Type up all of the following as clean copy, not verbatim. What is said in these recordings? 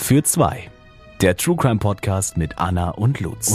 für zwei. Der True Crime Podcast mit Anna und Lutz.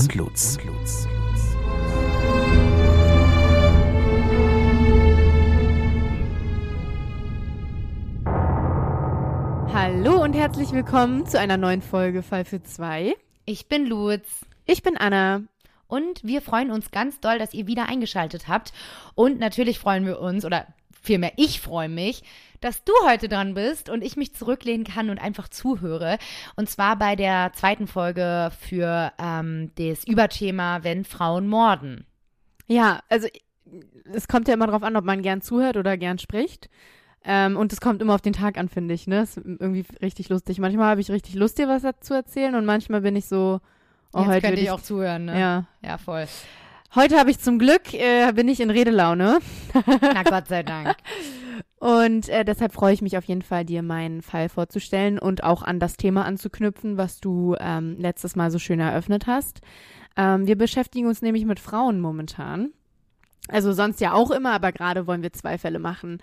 Hallo und herzlich willkommen zu einer neuen Folge Fall für zwei. Ich bin Lutz. Ich bin Anna. Und wir freuen uns ganz doll, dass ihr wieder eingeschaltet habt. Und natürlich freuen wir uns, oder vielmehr ich freue mich, dass du heute dran bist und ich mich zurücklehnen kann und einfach zuhöre. Und zwar bei der zweiten Folge für das Überthema, wenn Frauen morden. Ja, also es kommt ja immer drauf an, ob man gern zuhört oder gern spricht. Und es kommt immer auf den Tag an, finde ich, ne? Ist irgendwie richtig lustig. Manchmal habe ich richtig Lust, dir was zu erzählen und manchmal bin ich so, jetzt heute könnte ich auch zuhören, ne? Ja, voll. Heute habe ich zum Glück, bin ich in Redelaune. Na Gott sei Dank. Und deshalb freue ich mich auf jeden Fall, dir meinen Fall vorzustellen und auch an das Thema anzuknüpfen, was du letztes Mal so schön eröffnet hast. Wir beschäftigen uns nämlich mit Frauen momentan. Also sonst ja auch immer, aber gerade wollen wir zwei Fälle machen,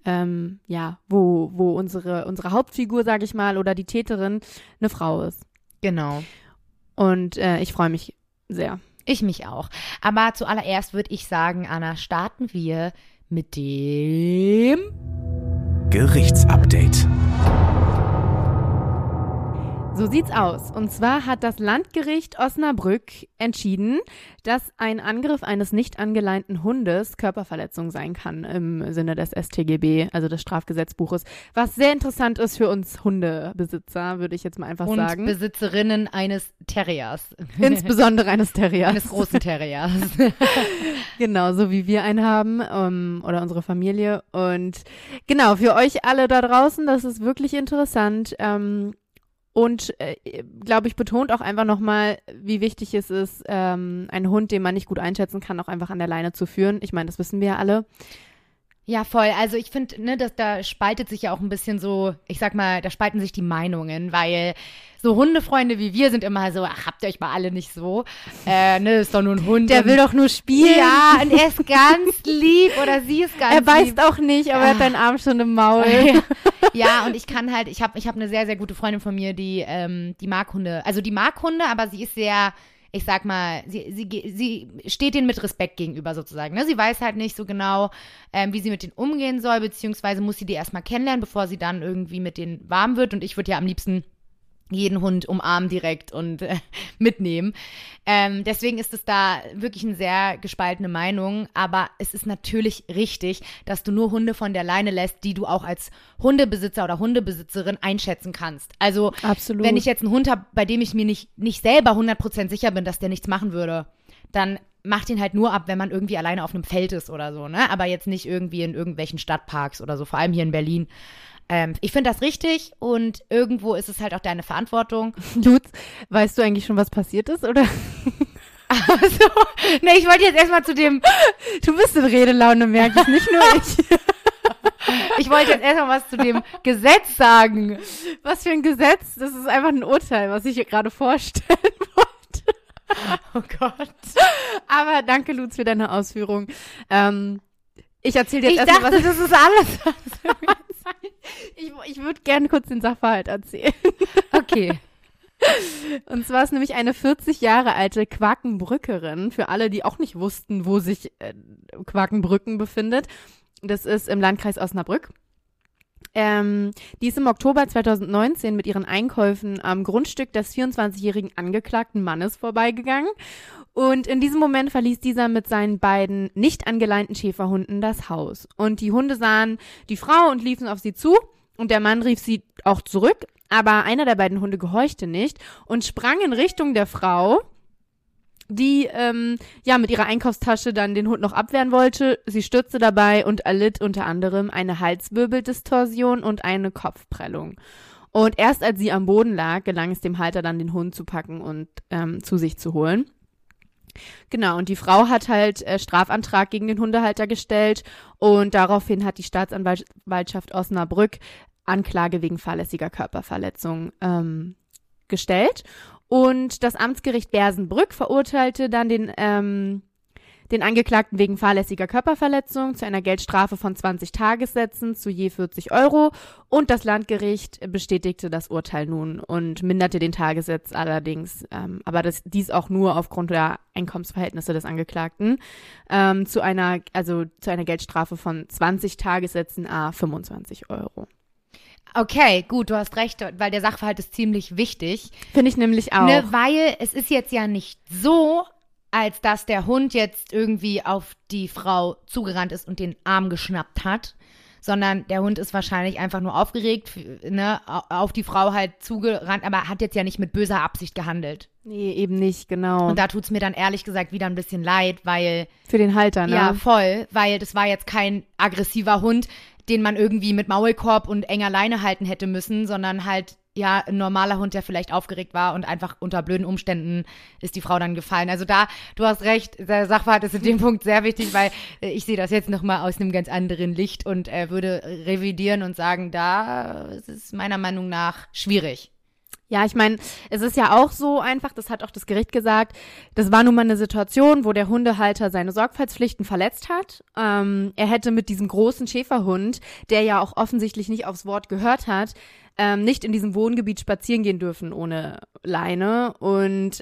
wo unsere Hauptfigur, sage ich mal, oder die Täterin eine Frau ist. Genau. Und ich freue mich sehr. Ich mich auch. Aber zuallererst würde ich sagen, Anna, starten wir mit dem Gerichtsupdate. So sieht's aus. Und zwar hat das Landgericht Osnabrück entschieden, dass ein Angriff eines nicht angeleinten Hundes Körperverletzung sein kann im Sinne des StGB, also des Strafgesetzbuches. Was sehr interessant ist für uns Hundebesitzer, würde ich jetzt mal einfach sagen. Und Besitzerinnen eines Terriers. Insbesondere eines Terriers. Eines großen Terriers. Genau, so wie wir einen haben oder unsere Familie. Und genau, für euch alle da draußen, das ist wirklich interessant. Und, glaube ich, betont auch einfach nochmal, wie wichtig es ist, einen Hund, den man nicht gut einschätzen kann, auch einfach an der Leine zu führen. Ich meine, das wissen wir ja alle. Ja, voll. Also ich finde, ne, da spaltet sich ja auch ein bisschen so, ich sag mal, da spalten sich die Meinungen, weil so Hundefreunde wie wir sind immer so, ach, habt ihr euch mal alle nicht so, ne, ist doch nur ein Hund. Der will doch nur spielen. Ja, und er ist ganz lieb oder sie ist ganz lieb. Er beißt auch nicht, aber er hat deinen Arm schon im Maul. Ja, und ich kann halt, ich hab eine sehr, sehr gute Freundin von mir, die mag Hunde. Also die mag Hunde, aber sie ist sehr, ich sag mal, sie steht denen mit Respekt gegenüber sozusagen. Ne? Sie weiß halt nicht so genau, wie sie mit denen umgehen soll, beziehungsweise muss sie die erstmal kennenlernen, bevor sie dann irgendwie mit denen warm wird. Und ich würde ja am liebsten jeden Hund umarmen direkt und mitnehmen. Deswegen ist es da wirklich eine sehr gespaltene Meinung. Aber es ist natürlich richtig, dass du nur Hunde von der Leine lässt, die du auch als Hundebesitzer oder Hundebesitzerin einschätzen kannst. Also absolut. Wenn ich jetzt einen Hund habe, bei dem ich mir nicht selber 100% sicher bin, dass der nichts machen würde, dann macht ihn halt nur ab, wenn man irgendwie alleine auf einem Feld ist oder so, ne? Aber jetzt nicht irgendwie in irgendwelchen Stadtparks oder so, vor allem hier in Berlin. Ich finde das richtig und irgendwo ist es halt auch deine Verantwortung. Lutz, weißt du eigentlich schon, was passiert ist, oder? Also, ne, ich wollte jetzt erstmal zu dem... Du bist in Redelaune, merke ich, nicht nur ich. Ich wollte jetzt erstmal was zu dem Gesetz sagen. Was für ein Gesetz? Das ist einfach ein Urteil, was ich hier gerade vorstellen wollte. Oh Gott. Aber danke, Lutz, für deine Ausführung. Ich erzähle dir jetzt erstmal, was... das ist alles. Ich würde gerne kurz den Sachverhalt erzählen. Okay. Und zwar ist nämlich eine 40 Jahre alte Quakenbrückerin, für alle, die auch nicht wussten, wo sich Quakenbrücken befindet. Das ist im Landkreis Osnabrück. Die ist im Oktober 2019 mit ihren Einkäufen am Grundstück des 24-jährigen angeklagten Mannes vorbeigegangen. Und in diesem Moment verließ dieser mit seinen beiden nicht angeleinten Schäferhunden das Haus. Und die Hunde sahen die Frau und liefen auf sie zu. Und der Mann rief sie auch zurück. Aber einer der beiden Hunde gehorchte nicht und sprang in Richtung der Frau, die mit ihrer Einkaufstasche dann den Hund noch abwehren wollte. Sie stürzte dabei und erlitt unter anderem eine Halswirbeldistorsion und eine Kopfprellung. Und erst als sie am Boden lag, gelang es dem Halter dann, den Hund zu packen und zu sich zu holen. Genau, und die Frau hat halt Strafantrag gegen den Hundehalter gestellt und daraufhin hat die Staatsanwaltschaft Osnabrück Anklage wegen fahrlässiger Körperverletzung gestellt. Und das Amtsgericht Bersenbrück verurteilte dann den Angeklagten wegen fahrlässiger Körperverletzung zu einer Geldstrafe von 20 Tagessätzen zu je 40 € und das Landgericht bestätigte das Urteil nun und minderte den Tagessatz allerdings, aber dies auch nur aufgrund der Einkommensverhältnisse des Angeklagten, zu einer Geldstrafe von 20 Tagessätzen à 25 €. Okay, gut, du hast recht, weil der Sachverhalt ist ziemlich wichtig. Finde ich nämlich auch. Ne, weil es ist jetzt ja nicht so, als dass der Hund jetzt irgendwie auf die Frau zugerannt ist und den Arm geschnappt hat, sondern der Hund ist wahrscheinlich einfach nur aufgeregt, ne, auf die Frau halt zugerannt, aber hat jetzt ja nicht mit böser Absicht gehandelt. Nee, eben nicht, genau. Und da tut's mir dann ehrlich gesagt wieder ein bisschen leid, weil... Für den Halter, ne? Ja, voll, weil das war jetzt kein aggressiver Hund, den man irgendwie mit Maulkorb und enger Leine halten hätte müssen, sondern halt, ja, ein normaler Hund, der vielleicht aufgeregt war und einfach unter blöden Umständen ist die Frau dann gefallen. Also da, du hast recht, der Sachverhalt ist in dem Punkt sehr wichtig, weil ich sehe das jetzt nochmal aus einem ganz anderen Licht und würde revidieren und sagen, da ist es meiner Meinung nach schwierig. Ja, ich meine, es ist ja auch so einfach, das hat auch das Gericht gesagt, das war nun mal eine Situation, wo der Hundehalter seine Sorgfaltspflichten verletzt hat. Er hätte mit diesem großen Schäferhund, der ja auch offensichtlich nicht aufs Wort gehört hat, nicht in diesem Wohngebiet spazieren gehen dürfen ohne Leine. Und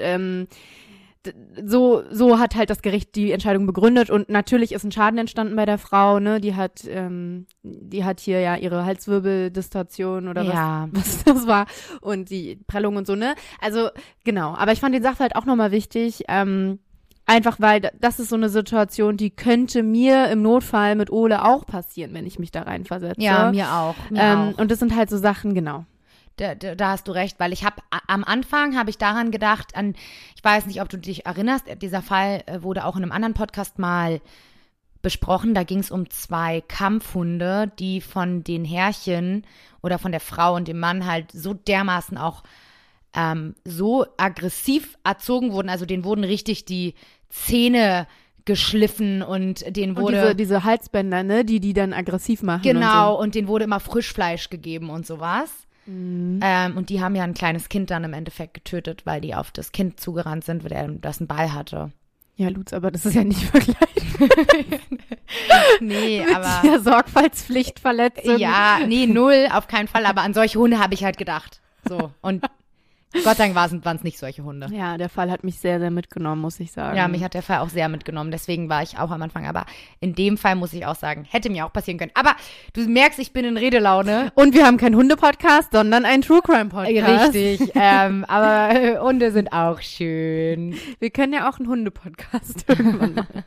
so hat halt das Gericht die Entscheidung begründet und natürlich ist ein Schaden entstanden bei der Frau, ne? Die hat hier ja ihre Halswirbeldistortion oder was das war und die Prellung und so, ne? Also genau, aber ich fand den Sachverhalt auch nochmal wichtig, einfach weil das ist so eine Situation, die könnte mir im Notfall mit Ole auch passieren, wenn ich mich da reinversetze. Ja, mir auch. Und das sind halt so Sachen, genau. Da hast du recht, weil am Anfang habe ich daran gedacht, ich weiß nicht, ob du dich erinnerst, dieser Fall wurde auch in einem anderen Podcast mal besprochen, da ging es um 2 Kampfhunde, die von den Herrchen oder von der Frau und dem Mann halt so dermaßen auch so aggressiv erzogen wurden, also denen wurden richtig die Zähne geschliffen und denen wurde... Und diese Halsbänder, ne, die dann aggressiv machen. Genau, und so. Und denen wurde immer Frischfleisch gegeben und sowas. Mhm. Und die haben ja ein kleines Kind dann im Endeffekt getötet, weil die auf das Kind zugerannt sind, weil das einen Ball hatte. Ja, Lutz, aber das ist ja nicht vergleichbar. Nee, mit aber... der Sorgfaltspflichtverletzung. Ja, nee, 0, auf keinen Fall, aber an solche Hunde habe ich halt gedacht. So, und Gott sei Dank waren es nicht solche Hunde. Ja, der Fall hat mich sehr, sehr mitgenommen, muss ich sagen. Ja, mich hat der Fall auch sehr mitgenommen. Deswegen war ich auch am Anfang. Aber in dem Fall muss ich auch sagen, hätte mir auch passieren können. Aber du merkst, ich bin in Redelaune. Und wir haben keinen Hunde-Podcast, sondern einen True-Crime-Podcast. Richtig. Aber Hunde sind auch schön. Wir können ja auch einen Hunde-Podcast irgendwann machen.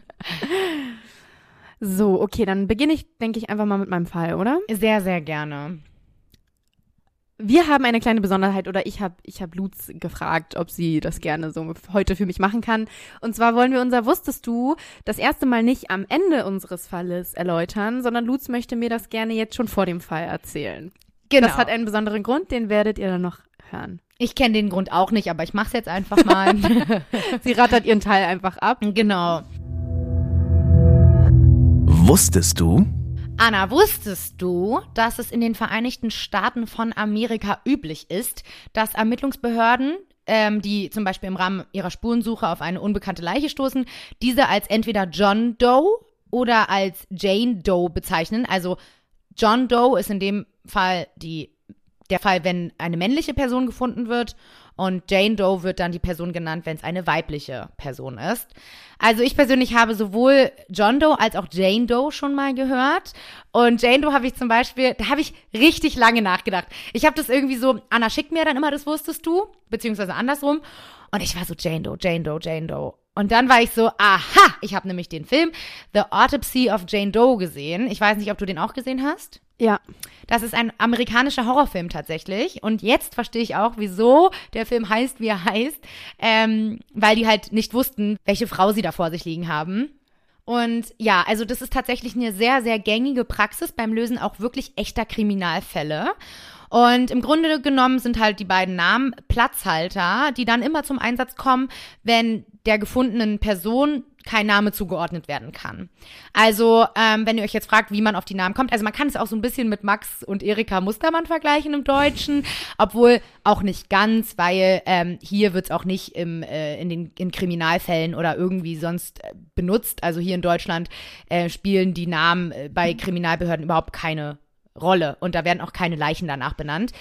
So, okay, dann beginne ich, denke ich, einfach mal mit meinem Fall, oder? Sehr, sehr gerne. Wir haben eine kleine Besonderheit oder ich hab Lutz gefragt, ob sie das gerne so heute für mich machen kann. Und zwar wollen wir unser Wusstest du das erste Mal nicht am Ende unseres Falles erläutern, sondern Lutz möchte mir das gerne jetzt schon vor dem Fall erzählen. Genau. Das hat einen besonderen Grund, den werdet ihr dann noch hören. Ich kenne den Grund auch nicht, aber ich mache es jetzt einfach mal. Sie rattert ihren Teil einfach ab. Genau. Wusstest du? Anna, wusstest du, dass es in den Vereinigten Staaten von Amerika üblich ist, dass Ermittlungsbehörden, die zum Beispiel im Rahmen ihrer Spurensuche auf eine unbekannte Leiche stoßen, diese als entweder John Doe oder als Jane Doe bezeichnen? Also John Doe ist in dem Fall der Fall, wenn eine männliche Person gefunden wird und Jane Doe wird dann die Person genannt, wenn es eine weibliche Person ist. Also ich persönlich habe sowohl John Doe als auch Jane Doe schon mal gehört und Jane Doe habe ich zum Beispiel, da habe ich richtig lange nachgedacht. Ich habe das irgendwie so, Anna schickt mir dann immer, das wusstest du, beziehungsweise andersrum und ich war so Jane Doe, Jane Doe, Jane Doe. Und dann war ich so, aha, ich habe nämlich den Film The Autopsy of Jane Doe gesehen. Ich weiß nicht, ob du den auch gesehen hast. Ja. Das ist ein amerikanischer Horrorfilm tatsächlich. Und jetzt verstehe ich auch, wieso der Film heißt, wie er heißt. Weil die halt nicht wussten, welche Frau sie da vor sich liegen haben. Und ja, also das ist tatsächlich eine sehr, sehr gängige Praxis beim Lösen auch wirklich echter Kriminalfälle. Und im Grunde genommen sind halt die beiden Namen Platzhalter, die dann immer zum Einsatz kommen, wenn der gefundenen Person kein Name zugeordnet werden kann. Also, wenn ihr euch jetzt fragt, wie man auf die Namen kommt, also man kann es auch so ein bisschen mit Max und Erika Mustermann vergleichen im Deutschen, obwohl auch nicht ganz, weil hier wird es auch nicht in Kriminalfällen oder irgendwie sonst benutzt. Also hier in Deutschland spielen die Namen bei Kriminalbehörden überhaupt keine Rolle und da werden auch keine Leichen danach benannt.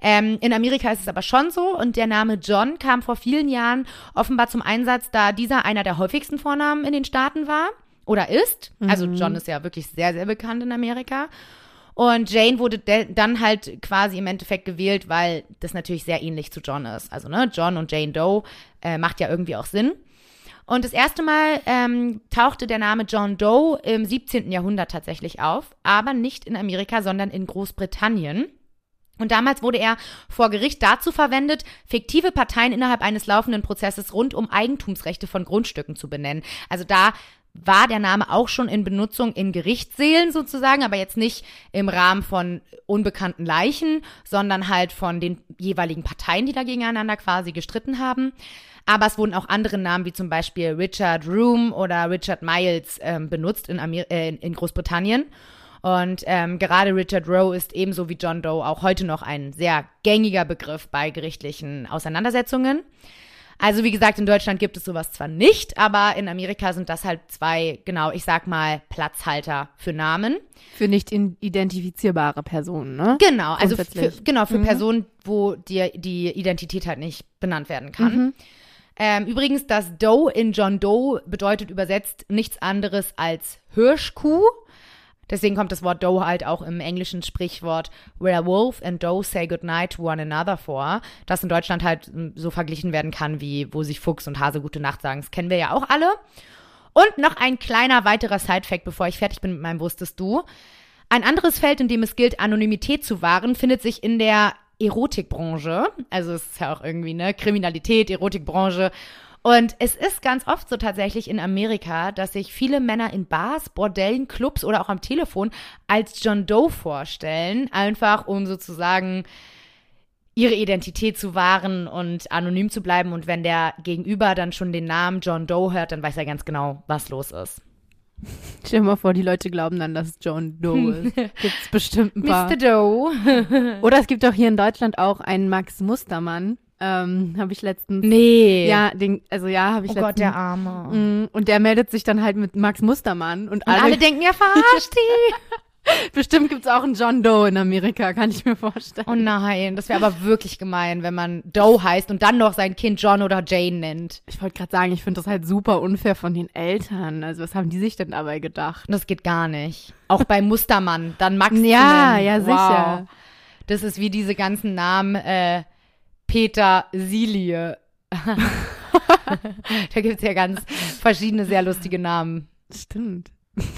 In Amerika ist es aber schon so und der Name John kam vor vielen Jahren offenbar zum Einsatz, da dieser einer der häufigsten Vornamen in den Staaten war oder ist. Also John ist ja wirklich sehr, sehr bekannt in Amerika. Und Jane wurde dann halt quasi im Endeffekt gewählt, weil das natürlich sehr ähnlich zu John ist. Also ne, John und Jane Doe macht ja irgendwie auch Sinn. Und das erste Mal tauchte der Name John Doe im 17. Jahrhundert tatsächlich auf, aber nicht in Amerika, sondern in Großbritannien. Und damals wurde er vor Gericht dazu verwendet, fiktive Parteien innerhalb eines laufenden Prozesses rund um Eigentumsrechte von Grundstücken zu benennen. Also da war der Name auch schon in Benutzung in Gerichtssälen sozusagen, aber jetzt nicht im Rahmen von unbekannten Leichen, sondern halt von den jeweiligen Parteien, die da gegeneinander quasi gestritten haben. Aber es wurden auch andere Namen, wie zum Beispiel Richard Room oder Richard Miles benutzt in Großbritannien. Und gerade Richard Roe ist ebenso wie John Doe auch heute noch ein sehr gängiger Begriff bei gerichtlichen Auseinandersetzungen. Also wie gesagt, in Deutschland gibt es sowas zwar nicht, aber in Amerika sind das halt zwei, genau, ich sag mal, Platzhalter für Namen. Für nicht identifizierbare Personen, ne? Genau, also für Personen, wo die Identität halt nicht benannt werden kann. Übrigens, das Doe in John Doe bedeutet übersetzt nichts anderes als Hirschkuh. Deswegen kommt das Wort Doe halt auch im englischen Sprichwort Where Wolf and Doe say goodnight to one another vor, das in Deutschland halt so verglichen werden kann, wie wo sich Fuchs und Hase gute Nacht sagen. Das kennen wir ja auch alle. Und noch ein kleiner weiterer Sidefact, bevor ich fertig bin mit meinem Wusstest du. Ein anderes Feld, in dem es gilt, Anonymität zu wahren, findet sich in der Erotikbranche. Also es ist ja auch irgendwie, ne, Kriminalität, Erotikbranche. Und es ist ganz oft so tatsächlich in Amerika, dass sich viele Männer in Bars, Bordellen, Clubs oder auch am Telefon als John Doe vorstellen, einfach um sozusagen ihre Identität zu wahren und anonym zu bleiben. Und wenn der Gegenüber dann schon den Namen John Doe hört, dann weiß er ganz genau, was los ist. Stell dir mal vor, die Leute glauben dann, dass es John Doe ist. Gibt's bestimmt ein paar. Mr. Doe. Oder es gibt auch hier in Deutschland auch einen Max Mustermann. Habe ich letztens. Nee. Ja, habe ich letztens. Oh Gott, der Arme. Und der meldet sich dann halt mit Max Mustermann. Und alle denken, ja, verarscht die. Bestimmt gibt's auch einen John Doe in Amerika, kann ich mir vorstellen. Oh nein, das wäre aber wirklich gemein, wenn man Doe heißt und dann noch sein Kind John oder Jane nennt. Ich wollte gerade sagen, ich finde das halt super unfair von den Eltern. Also was haben die sich denn dabei gedacht? Das geht gar nicht. Auch bei Mustermann, dann Max zu Ja, nennen. ja, Wow. sicher. Das ist wie diese ganzen Namen, Peter Silie. Da gibt's ja ganz verschiedene, sehr lustige Namen. Stimmt.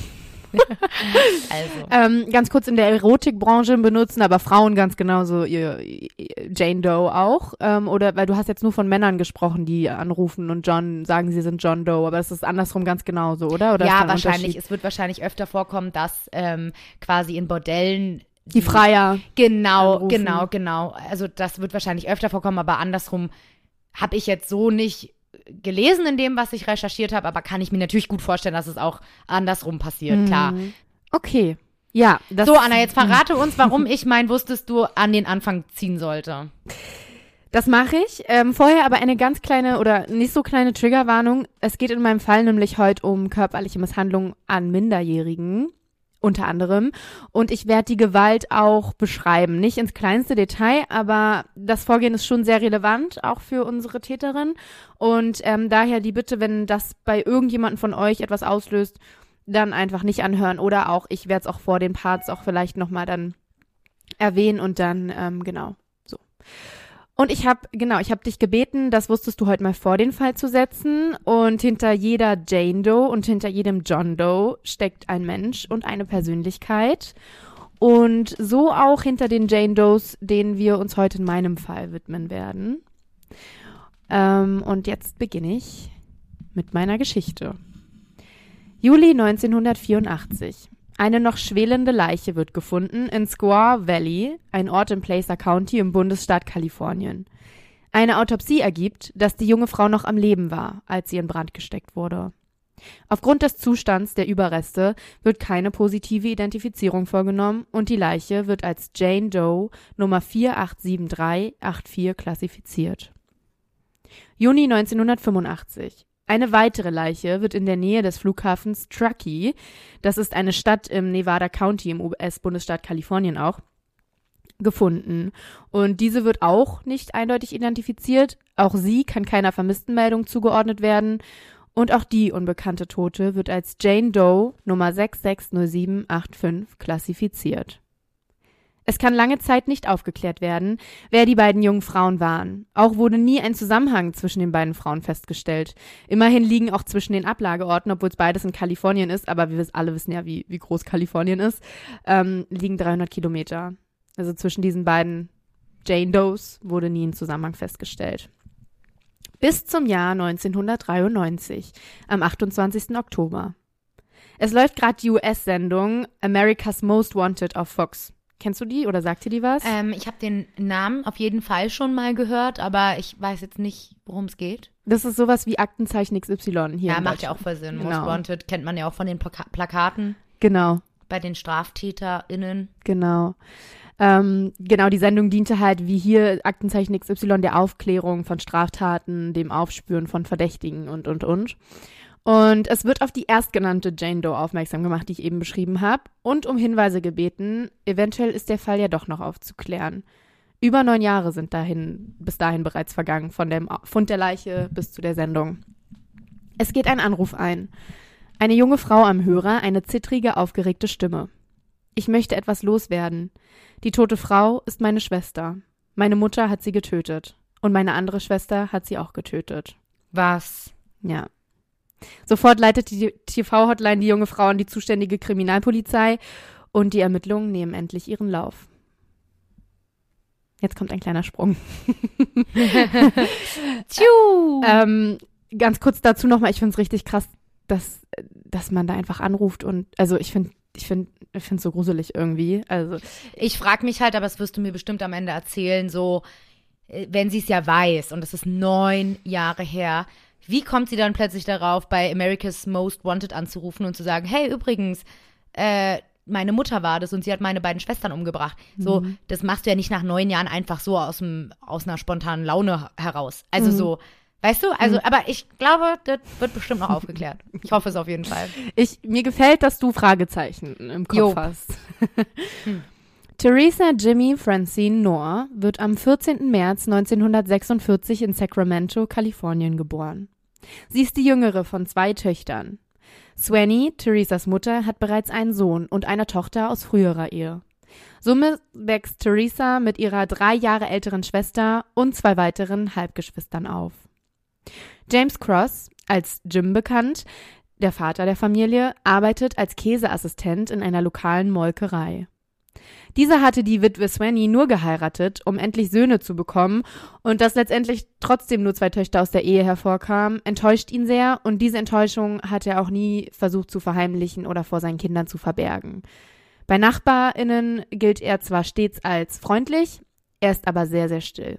Also. Ganz kurz in der Erotikbranche benutzen, aber Frauen ganz genauso ihr Jane Doe auch. Oder weil du hast jetzt nur von Männern gesprochen, die anrufen und sagen, sie sind John Doe, aber das ist andersrum ganz genauso, oder? Oder ja, wahrscheinlich. Es wird wahrscheinlich öfter vorkommen, dass quasi in Bordellen die Freier. Genau. Also das wird wahrscheinlich öfter vorkommen, aber andersrum habe ich jetzt so nicht gelesen in dem, was ich recherchiert habe, aber kann ich mir natürlich gut vorstellen, dass es auch andersrum passiert, klar. Okay. Ja. So, Anna, jetzt verrate uns, warum ich mein Wusstest du an den Anfang ziehen sollte. Das mache ich. Vorher aber eine ganz kleine oder nicht so kleine Triggerwarnung. Es geht in meinem Fall nämlich heute um körperliche Misshandlung an Minderjährigen. Unter anderem. Und ich werde die Gewalt auch beschreiben. Nicht ins kleinste Detail, aber das Vorgehen ist schon sehr relevant, auch für unsere Täterin. Und daher die Bitte, wenn das bei irgendjemandem von euch etwas auslöst, dann einfach nicht anhören. Oder auch, ich werde es auch vor den Parts auch vielleicht nochmal dann erwähnen und dann, genau, so. Und ich habe dich gebeten, das wusstest du heute mal vor den Fall zu setzen. Und hinter jeder Jane Doe und hinter jedem John Doe steckt ein Mensch und eine Persönlichkeit. Und so auch hinter den Jane Does, denen wir uns heute in meinem Fall widmen werden. Und jetzt beginne ich mit meiner Geschichte. Juli 1984. Eine noch schwelende Leiche wird gefunden in Squaw Valley, ein Ort im Placer County im Bundesstaat Kalifornien. Eine Autopsie ergibt, dass die junge Frau noch am Leben war, als sie in Brand gesteckt wurde. Aufgrund des Zustands der Überreste wird keine positive Identifizierung vorgenommen und die Leiche wird als Jane Doe Nummer 487384 klassifiziert. Juni 1985. Eine weitere Leiche wird in der Nähe des Flughafens Truckee, das ist eine Stadt im Nevada County im US-Bundesstaat Kalifornien auch, gefunden. Und diese wird auch nicht eindeutig identifiziert. Auch sie kann keiner Vermisstenmeldung zugeordnet werden. Und auch die unbekannte Tote wird als Jane Doe Nummer 660785 klassifiziert. Es kann lange Zeit nicht aufgeklärt werden, wer die beiden jungen Frauen waren. Auch wurde nie ein Zusammenhang zwischen den beiden Frauen festgestellt. Immerhin liegen auch zwischen den Ablageorten, obwohl es beides in Kalifornien ist, aber wir alle wissen ja, wie groß Kalifornien ist, liegen 300 Kilometer. Also zwischen diesen beiden Jane Does wurde nie ein Zusammenhang festgestellt. Bis zum Jahr 1993, am 28. Oktober. Es läuft gerade die US-Sendung America's Most Wanted auf Fox. Kennst du die oder sagt dir die was? Ich habe den Namen auf jeden Fall schon mal gehört, aber ich weiß jetzt nicht, worum es geht. Das ist sowas wie Aktenzeichen XY hier. Ja, macht ja auch voll Sinn. Genau. Most Wanted kennt man ja auch von den Plakaten. Genau. Bei den StraftäterInnen. Genau. Genau, die Sendung diente halt wie hier Aktenzeichen XY der Aufklärung von Straftaten, dem Aufspüren von Verdächtigen und. Und es wird auf die erstgenannte Jane Doe aufmerksam gemacht, die ich eben beschrieben habe, und um Hinweise gebeten, eventuell ist der Fall ja doch noch aufzuklären. Über 9 Jahre sind bis dahin bereits vergangen, von dem Fund der Leiche bis zu der Sendung. Es geht ein Anruf ein. Eine junge Frau am Hörer, eine zittrige, aufgeregte Stimme. Ich möchte etwas loswerden. Die tote Frau ist meine Schwester. Meine Mutter hat sie getötet. Und meine andere Schwester hat sie auch getötet. Was? Ja. Sofort leitet die TV-Hotline die junge Frau an die zuständige Kriminalpolizei und die Ermittlungen nehmen endlich ihren Lauf. Jetzt kommt ein kleiner Sprung. Ganz kurz dazu nochmal, ich finde es richtig krass, dass man da einfach anruft und, also ich finde es so gruselig irgendwie. Also ich frage mich halt, aber das wirst du mir bestimmt am Ende erzählen, so, wenn sie es ja weiß und es ist 9 Jahre her, wie kommt sie dann plötzlich darauf, bei America's Most Wanted anzurufen und zu sagen, hey, übrigens, meine Mutter war das und sie hat meine beiden Schwestern umgebracht. So, das machst du ja nicht nach 9 Jahren einfach so aus einer spontanen Laune heraus. Also so, weißt du? Also, aber ich glaube, das wird bestimmt noch aufgeklärt. Ich hoffe es auf jeden Fall. Mir gefällt, dass du Fragezeichen im Kopf hast. Teresa Jimmy Francine Knorr wird am 14. März 1946 in Sacramento, Kalifornien geboren. Sie ist die jüngere von 2 Töchtern. Swanny, Teresas Mutter, hat bereits einen Sohn und eine Tochter aus früherer Ehe. Somit wächst Teresa mit ihrer 3 Jahre älteren Schwester und 2 weiteren Halbgeschwistern auf. James Cross, als Jim bekannt, der Vater der Familie, arbeitet als Käseassistent in einer lokalen Molkerei. Dieser hatte die Witwe Swanny nur geheiratet, um endlich Söhne zu bekommen, und dass letztendlich trotzdem nur 2 Töchter aus der Ehe hervorkamen, enttäuscht ihn sehr, und diese Enttäuschung hat er auch nie versucht zu verheimlichen oder vor seinen Kindern zu verbergen. Bei NachbarInnen gilt er zwar stets als freundlich, er ist aber sehr, sehr still.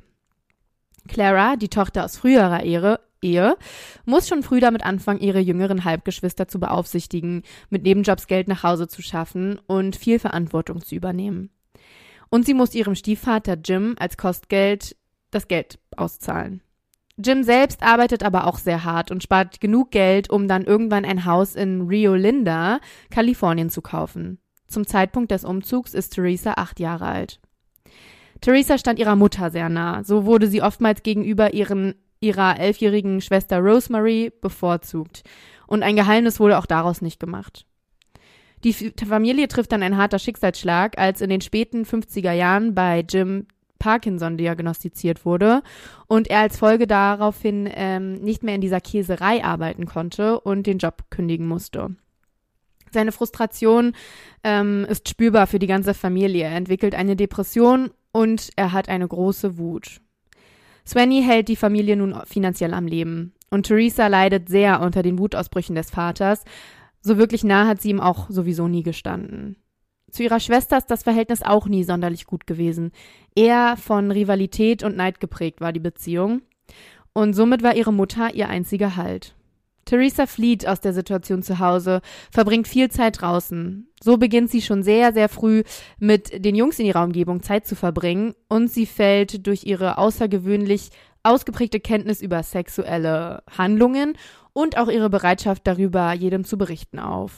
Clara, die Tochter aus früherer Ehe, muss schon früh damit anfangen, ihre jüngeren Halbgeschwister zu beaufsichtigen, mit Nebenjobs Geld nach Hause zu schaffen und viel Verantwortung zu übernehmen. Und sie muss ihrem Stiefvater Jim als Kostgeld das Geld auszahlen. Jim selbst arbeitet aber auch sehr hart und spart genug Geld, um dann irgendwann ein Haus in Rio Linda, Kalifornien zu kaufen. Zum Zeitpunkt des Umzugs ist Teresa 8 Jahre alt. Teresa stand ihrer Mutter sehr nah, so wurde sie oftmals gegenüber ihrer 11-jährigen Schwester Rosemary bevorzugt. Und ein Geheimnis wurde auch daraus nicht gemacht. Die Familie trifft dann ein harter Schicksalsschlag, als in den späten 50er Jahren bei Jim Parkinson diagnostiziert wurde und er als Folge daraufhin nicht mehr in dieser Käserei arbeiten konnte und den Job kündigen musste. Seine Frustration ist spürbar für die ganze Familie. Er entwickelt eine Depression und er hat eine große Wut. Swanny hält die Familie nun finanziell am Leben und Teresa leidet sehr unter den Wutausbrüchen des Vaters. So wirklich nah hat sie ihm auch sowieso nie gestanden. Zu ihrer Schwester ist das Verhältnis auch nie sonderlich gut gewesen. Eher von Rivalität und Neid geprägt war die Beziehung und somit war ihre Mutter ihr einziger Halt. Teresa flieht aus der Situation zu Hause, verbringt viel Zeit draußen. So beginnt sie schon sehr, sehr früh mit den Jungs in ihrer Umgebung Zeit zu verbringen und sie fällt durch ihre außergewöhnlich ausgeprägte Kenntnis über sexuelle Handlungen und auch ihre Bereitschaft darüber, jedem zu berichten auf.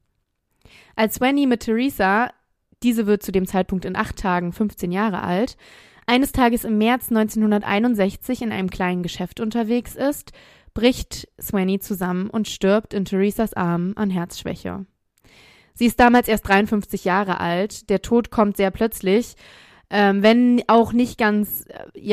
Als Swanny mit Teresa, diese wird zu dem Zeitpunkt in 8 Tagen 15 Jahre alt, eines Tages im März 1961 in einem kleinen Geschäft unterwegs ist, bricht Swanny zusammen und stirbt in Teresas Armen an Herzschwäche. Sie ist damals erst 53 Jahre alt. Der Tod kommt sehr plötzlich, wenn auch nicht ganz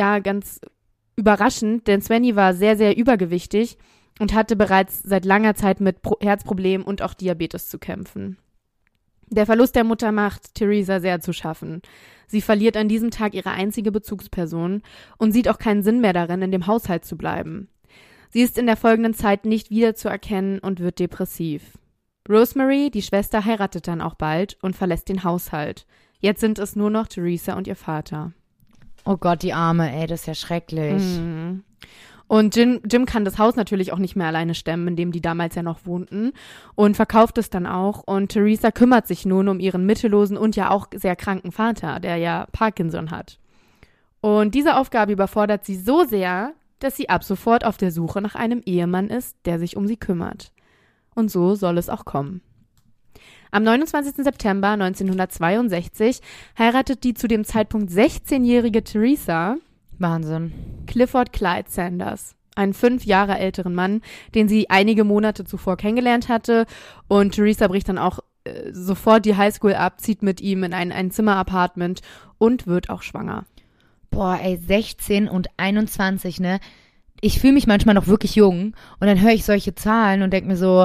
überraschend, denn Swanny war sehr, sehr übergewichtig und hatte bereits seit langer Zeit mit Herzproblemen und auch Diabetes zu kämpfen. Der Verlust der Mutter macht Teresa sehr zu schaffen. Sie verliert an diesem Tag ihre einzige Bezugsperson und sieht auch keinen Sinn mehr darin, in dem Haushalt zu bleiben. Sie ist in der folgenden Zeit nicht wiederzuerkennen und wird depressiv. Rosemary, die Schwester, heiratet dann auch bald und verlässt den Haushalt. Jetzt sind es nur noch Teresa und ihr Vater. Oh Gott, die Arme, ey, das ist ja schrecklich. Mhm. Und Jim kann das Haus natürlich auch nicht mehr alleine stemmen, in dem die damals ja noch wohnten, und verkauft es dann auch. Und Teresa kümmert sich nun um ihren mittellosen und ja auch sehr kranken Vater, der ja Parkinson hat. Und diese Aufgabe überfordert sie so sehr, dass sie ab sofort auf der Suche nach einem Ehemann ist, der sich um sie kümmert. Und so soll es auch kommen. Am 29. September 1962 heiratet die zu dem Zeitpunkt 16-jährige Teresa Wahnsinn. Clifford Clyde Sanders, einen 5 Jahre älteren Mann, den sie einige Monate zuvor kennengelernt hatte. Und Teresa bricht dann auch sofort die Highschool ab, zieht mit ihm in ein Zimmer-Apartment und wird auch schwanger. Boah, ey, 16 und 21, ne? Ich fühle mich manchmal noch wirklich jung und dann höre ich solche Zahlen und denke mir so,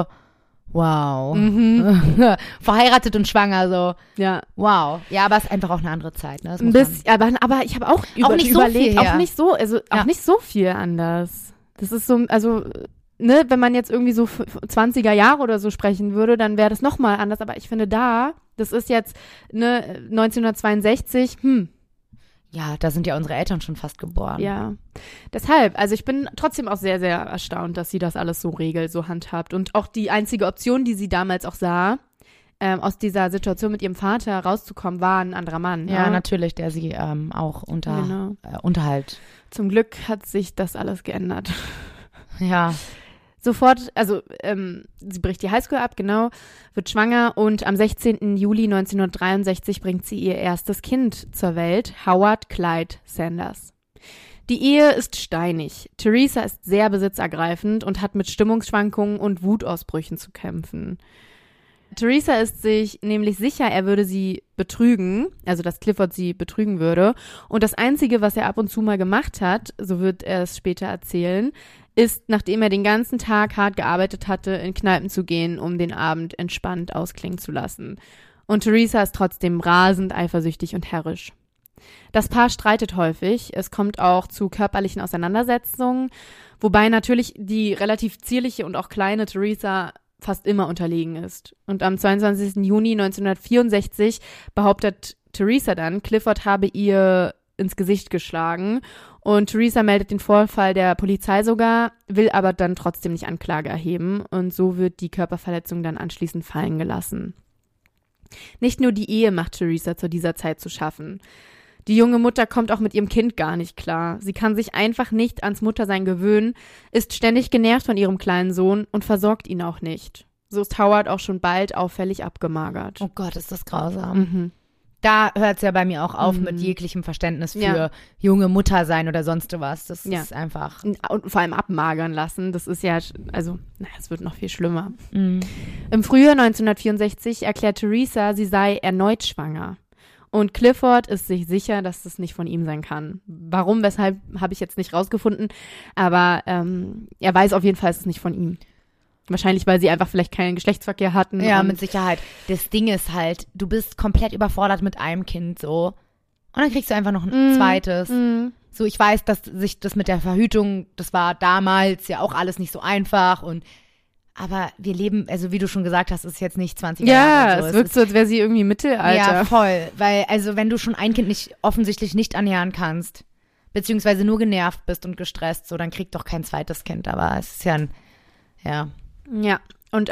wow. Verheiratet und schwanger, so. Ja. Wow. Ja, aber es ist einfach auch eine andere Zeit, ne? Aber ich habe auch nicht so überlegt, viel, auch ja. nicht so, also auch nicht so viel anders. Das ist so, also, ne, wenn man jetzt irgendwie so 20er Jahre oder so sprechen würde, dann wäre das nochmal anders. Aber ich finde das ist jetzt, ne, 1962, Ja, da sind ja unsere Eltern schon fast geboren. Ja, deshalb, also ich bin trotzdem auch sehr, sehr erstaunt, dass sie das alles so regelt, so handhabt. Und auch die einzige Option, die sie damals auch sah, aus dieser Situation mit ihrem Vater rauszukommen, war ein anderer Mann. Ja, ne? natürlich, der sie auch Unterhalt. Zum Glück hat sich das alles geändert. Ja. Sofort, also sie bricht die Highschool ab, genau, wird schwanger und am 16. Juli 1963 bringt sie ihr erstes Kind zur Welt, Howard Clyde Sanders. Die Ehe ist steinig. Teresa ist sehr besitzergreifend und hat mit Stimmungsschwankungen und Wutausbrüchen zu kämpfen. Teresa ist sich nämlich sicher, er würde sie betrügen, also dass Clifford sie betrügen würde. Und das Einzige, was er ab und zu mal gemacht hat, so wird er es später erzählen, ist, nachdem er den ganzen Tag hart gearbeitet hatte, in Kneipen zu gehen, um den Abend entspannt ausklingen zu lassen. Und Teresa ist trotzdem rasend eifersüchtig und herrisch. Das Paar streitet häufig, es kommt auch zu körperlichen Auseinandersetzungen, wobei natürlich die relativ zierliche und auch kleine Teresa fast immer unterlegen ist. Und am 22. Juni 1964 behauptet Teresa dann, Clifford habe ihr ins Gesicht geschlagen und Teresa meldet den Vorfall der Polizei sogar, will aber dann trotzdem nicht Anklage erheben und so wird die Körperverletzung dann anschließend fallen gelassen. Nicht nur die Ehe macht Teresa zu dieser Zeit zu schaffen. Die junge Mutter kommt auch mit ihrem Kind gar nicht klar. Sie kann sich einfach nicht ans Muttersein gewöhnen, ist ständig genervt von ihrem kleinen Sohn und versorgt ihn auch nicht. So ist Howard auch schon bald auffällig abgemagert. Oh Gott, ist das grausam. Da hört es ja bei mir auch auf mit jeglichem Verständnis für junge Mutter sein oder sonst was. Das ist einfach. Und vor allem abmagern lassen, das ist ja, also, es wird noch viel schlimmer. Im Frühjahr 1964 erklärt Teresa, sie sei erneut schwanger. Und Clifford ist sich sicher, dass das nicht von ihm sein kann. Warum, weshalb, habe ich jetzt nicht rausgefunden. Aber er weiß auf jeden Fall, es ist nicht von ihm. Wahrscheinlich, weil sie einfach vielleicht keinen Geschlechtsverkehr hatten. Ja, mit Sicherheit. Das Ding ist halt, du bist komplett überfordert mit einem Kind so. Und dann kriegst du einfach noch ein zweites. So, ich weiß, dass sich das mit der Verhütung, das war damals ja auch alles nicht so einfach. Aber wir leben, also wie du schon gesagt hast, ist jetzt nicht 20 Jahre. Ja, es wirkt so, als wäre sie irgendwie Mittelalter. Ja, voll. Weil, also wenn du schon ein Kind offensichtlich nicht annähern kannst, beziehungsweise nur genervt bist und gestresst, so, dann krieg doch kein zweites Kind. Aber es ist Ja. Ja, und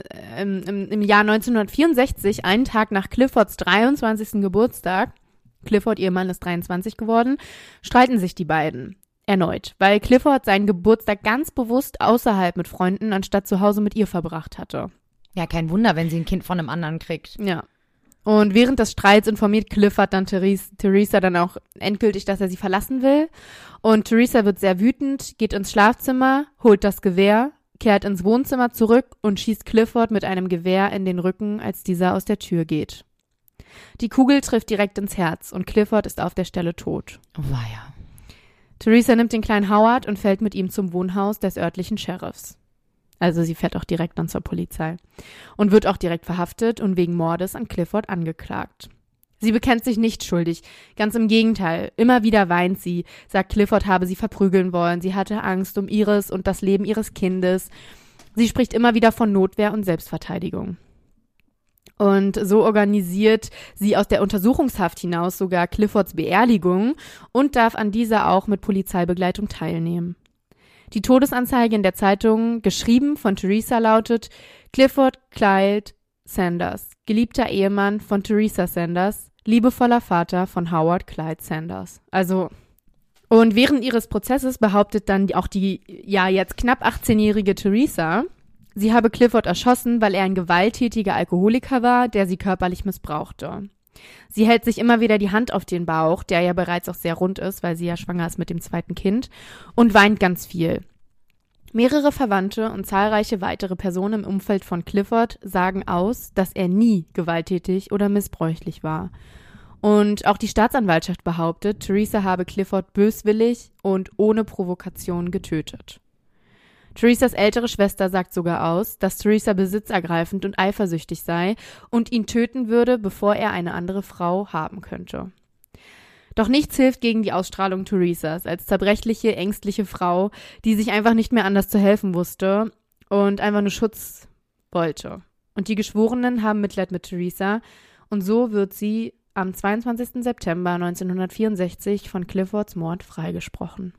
im Jahr 1964, einen Tag nach Cliffords 23. Geburtstag, Clifford, ihr Mann, ist 23 geworden, streiten sich die beiden erneut, weil Clifford seinen Geburtstag ganz bewusst außerhalb mit Freunden anstatt zu Hause mit ihr verbracht hatte. Ja, kein Wunder, wenn sie ein Kind von einem anderen kriegt. Ja. Und während des Streits informiert Clifford dann Theresa dann auch endgültig, dass er sie verlassen will. Und Theresa wird sehr wütend, geht ins Schlafzimmer, holt das Gewehr, kehrt ins Wohnzimmer zurück und schießt Clifford mit einem Gewehr in den Rücken, als dieser aus der Tür geht. Die Kugel trifft direkt ins Herz und Clifford ist auf der Stelle tot. Oh, weia. Theresa nimmt den kleinen Howard und fährt mit ihm zum Wohnhaus des örtlichen Sheriffs. Also sie fährt auch direkt dann zur Polizei und wird auch direkt verhaftet und wegen Mordes an Clifford angeklagt. Sie bekennt sich nicht schuldig, ganz im Gegenteil. Immer wieder weint sie, sagt Clifford habe sie verprügeln wollen, sie hatte Angst um ihres und das Leben ihres Kindes. Sie spricht immer wieder von Notwehr und Selbstverteidigung. Und so organisiert sie aus der Untersuchungshaft hinaus sogar Cliffords Beerdigung und darf an dieser auch mit Polizeibegleitung teilnehmen. Die Todesanzeige in der Zeitung, geschrieben von Theresa, lautet: Clifford Clyde Sanders, geliebter Ehemann von Theresa Sanders, liebevoller Vater von Howard Clyde Sanders. Also, und während ihres Prozesses behauptet dann auch die ja jetzt knapp 18-jährige Theresa, sie habe Clifford erschossen, weil er ein gewalttätiger Alkoholiker war, der sie körperlich missbrauchte. Sie hält sich immer wieder die Hand auf den Bauch, der ja bereits auch sehr rund ist, weil sie ja schwanger ist mit dem zweiten Kind, und weint ganz viel. Mehrere Verwandte und zahlreiche weitere Personen im Umfeld von Clifford sagen aus, dass er nie gewalttätig oder missbräuchlich war. Und auch die Staatsanwaltschaft behauptet, Theresa habe Clifford böswillig und ohne Provokation getötet. Theresas ältere Schwester sagt sogar aus, dass Theresa besitzergreifend und eifersüchtig sei und ihn töten würde, bevor er eine andere Frau haben könnte. Doch nichts hilft gegen die Ausstrahlung Theresas als zerbrechliche, ängstliche Frau, die sich einfach nicht mehr anders zu helfen wusste und einfach nur Schutz wollte. Und die Geschworenen haben Mitleid mit Theresa und so wird sie am 22. September 1964 von Cliffords Mord freigesprochen.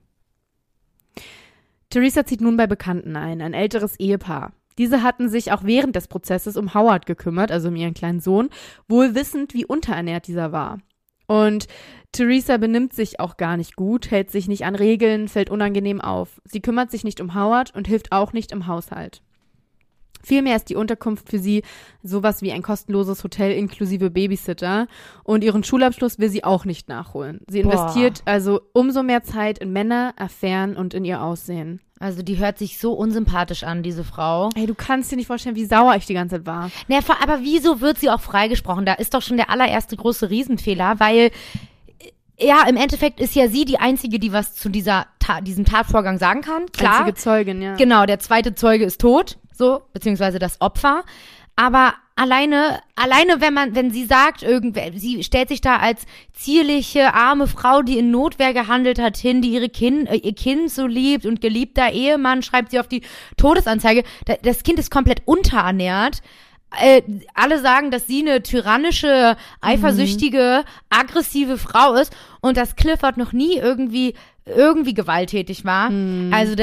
Theresa zieht nun bei Bekannten ein älteres Ehepaar. Diese hatten sich auch während des Prozesses um Howard gekümmert, also um ihren kleinen Sohn, wohl wissend, wie unterernährt dieser war. Und Theresa benimmt sich auch gar nicht gut, hält sich nicht an Regeln, fällt unangenehm auf. Sie kümmert sich nicht um Howard und hilft auch nicht im Haushalt. Vielmehr ist die Unterkunft für sie sowas wie ein kostenloses Hotel inklusive Babysitter und ihren Schulabschluss will sie auch nicht nachholen. Sie investiert also umso mehr Zeit in Männer, Affären und in ihr Aussehen. Also die hört sich so unsympathisch an, diese Frau. Hey, du kannst dir nicht vorstellen, wie sauer ich die ganze Zeit war. Naja, aber wieso wird sie auch freigesprochen? Da ist doch schon der allererste große Riesenfehler, weil ja, im Endeffekt ist ja sie die Einzige, die was zu diesem Tatvorgang sagen kann. Klar. Einzige Zeugin, ja. Genau, der zweite Zeuge ist tot, so, beziehungsweise das Opfer. Aber alleine, wenn sie sagt, sie stellt sich da als zierliche, arme Frau, die in Notwehr gehandelt hat, hin, die ihr Kind so liebt und geliebter Ehemann, schreibt sie auf die Todesanzeige. Das Kind ist komplett unterernährt. Alle sagen, dass sie eine tyrannische, eifersüchtige, aggressive Frau ist und dass Clifford noch nie irgendwie gewalttätig war. Also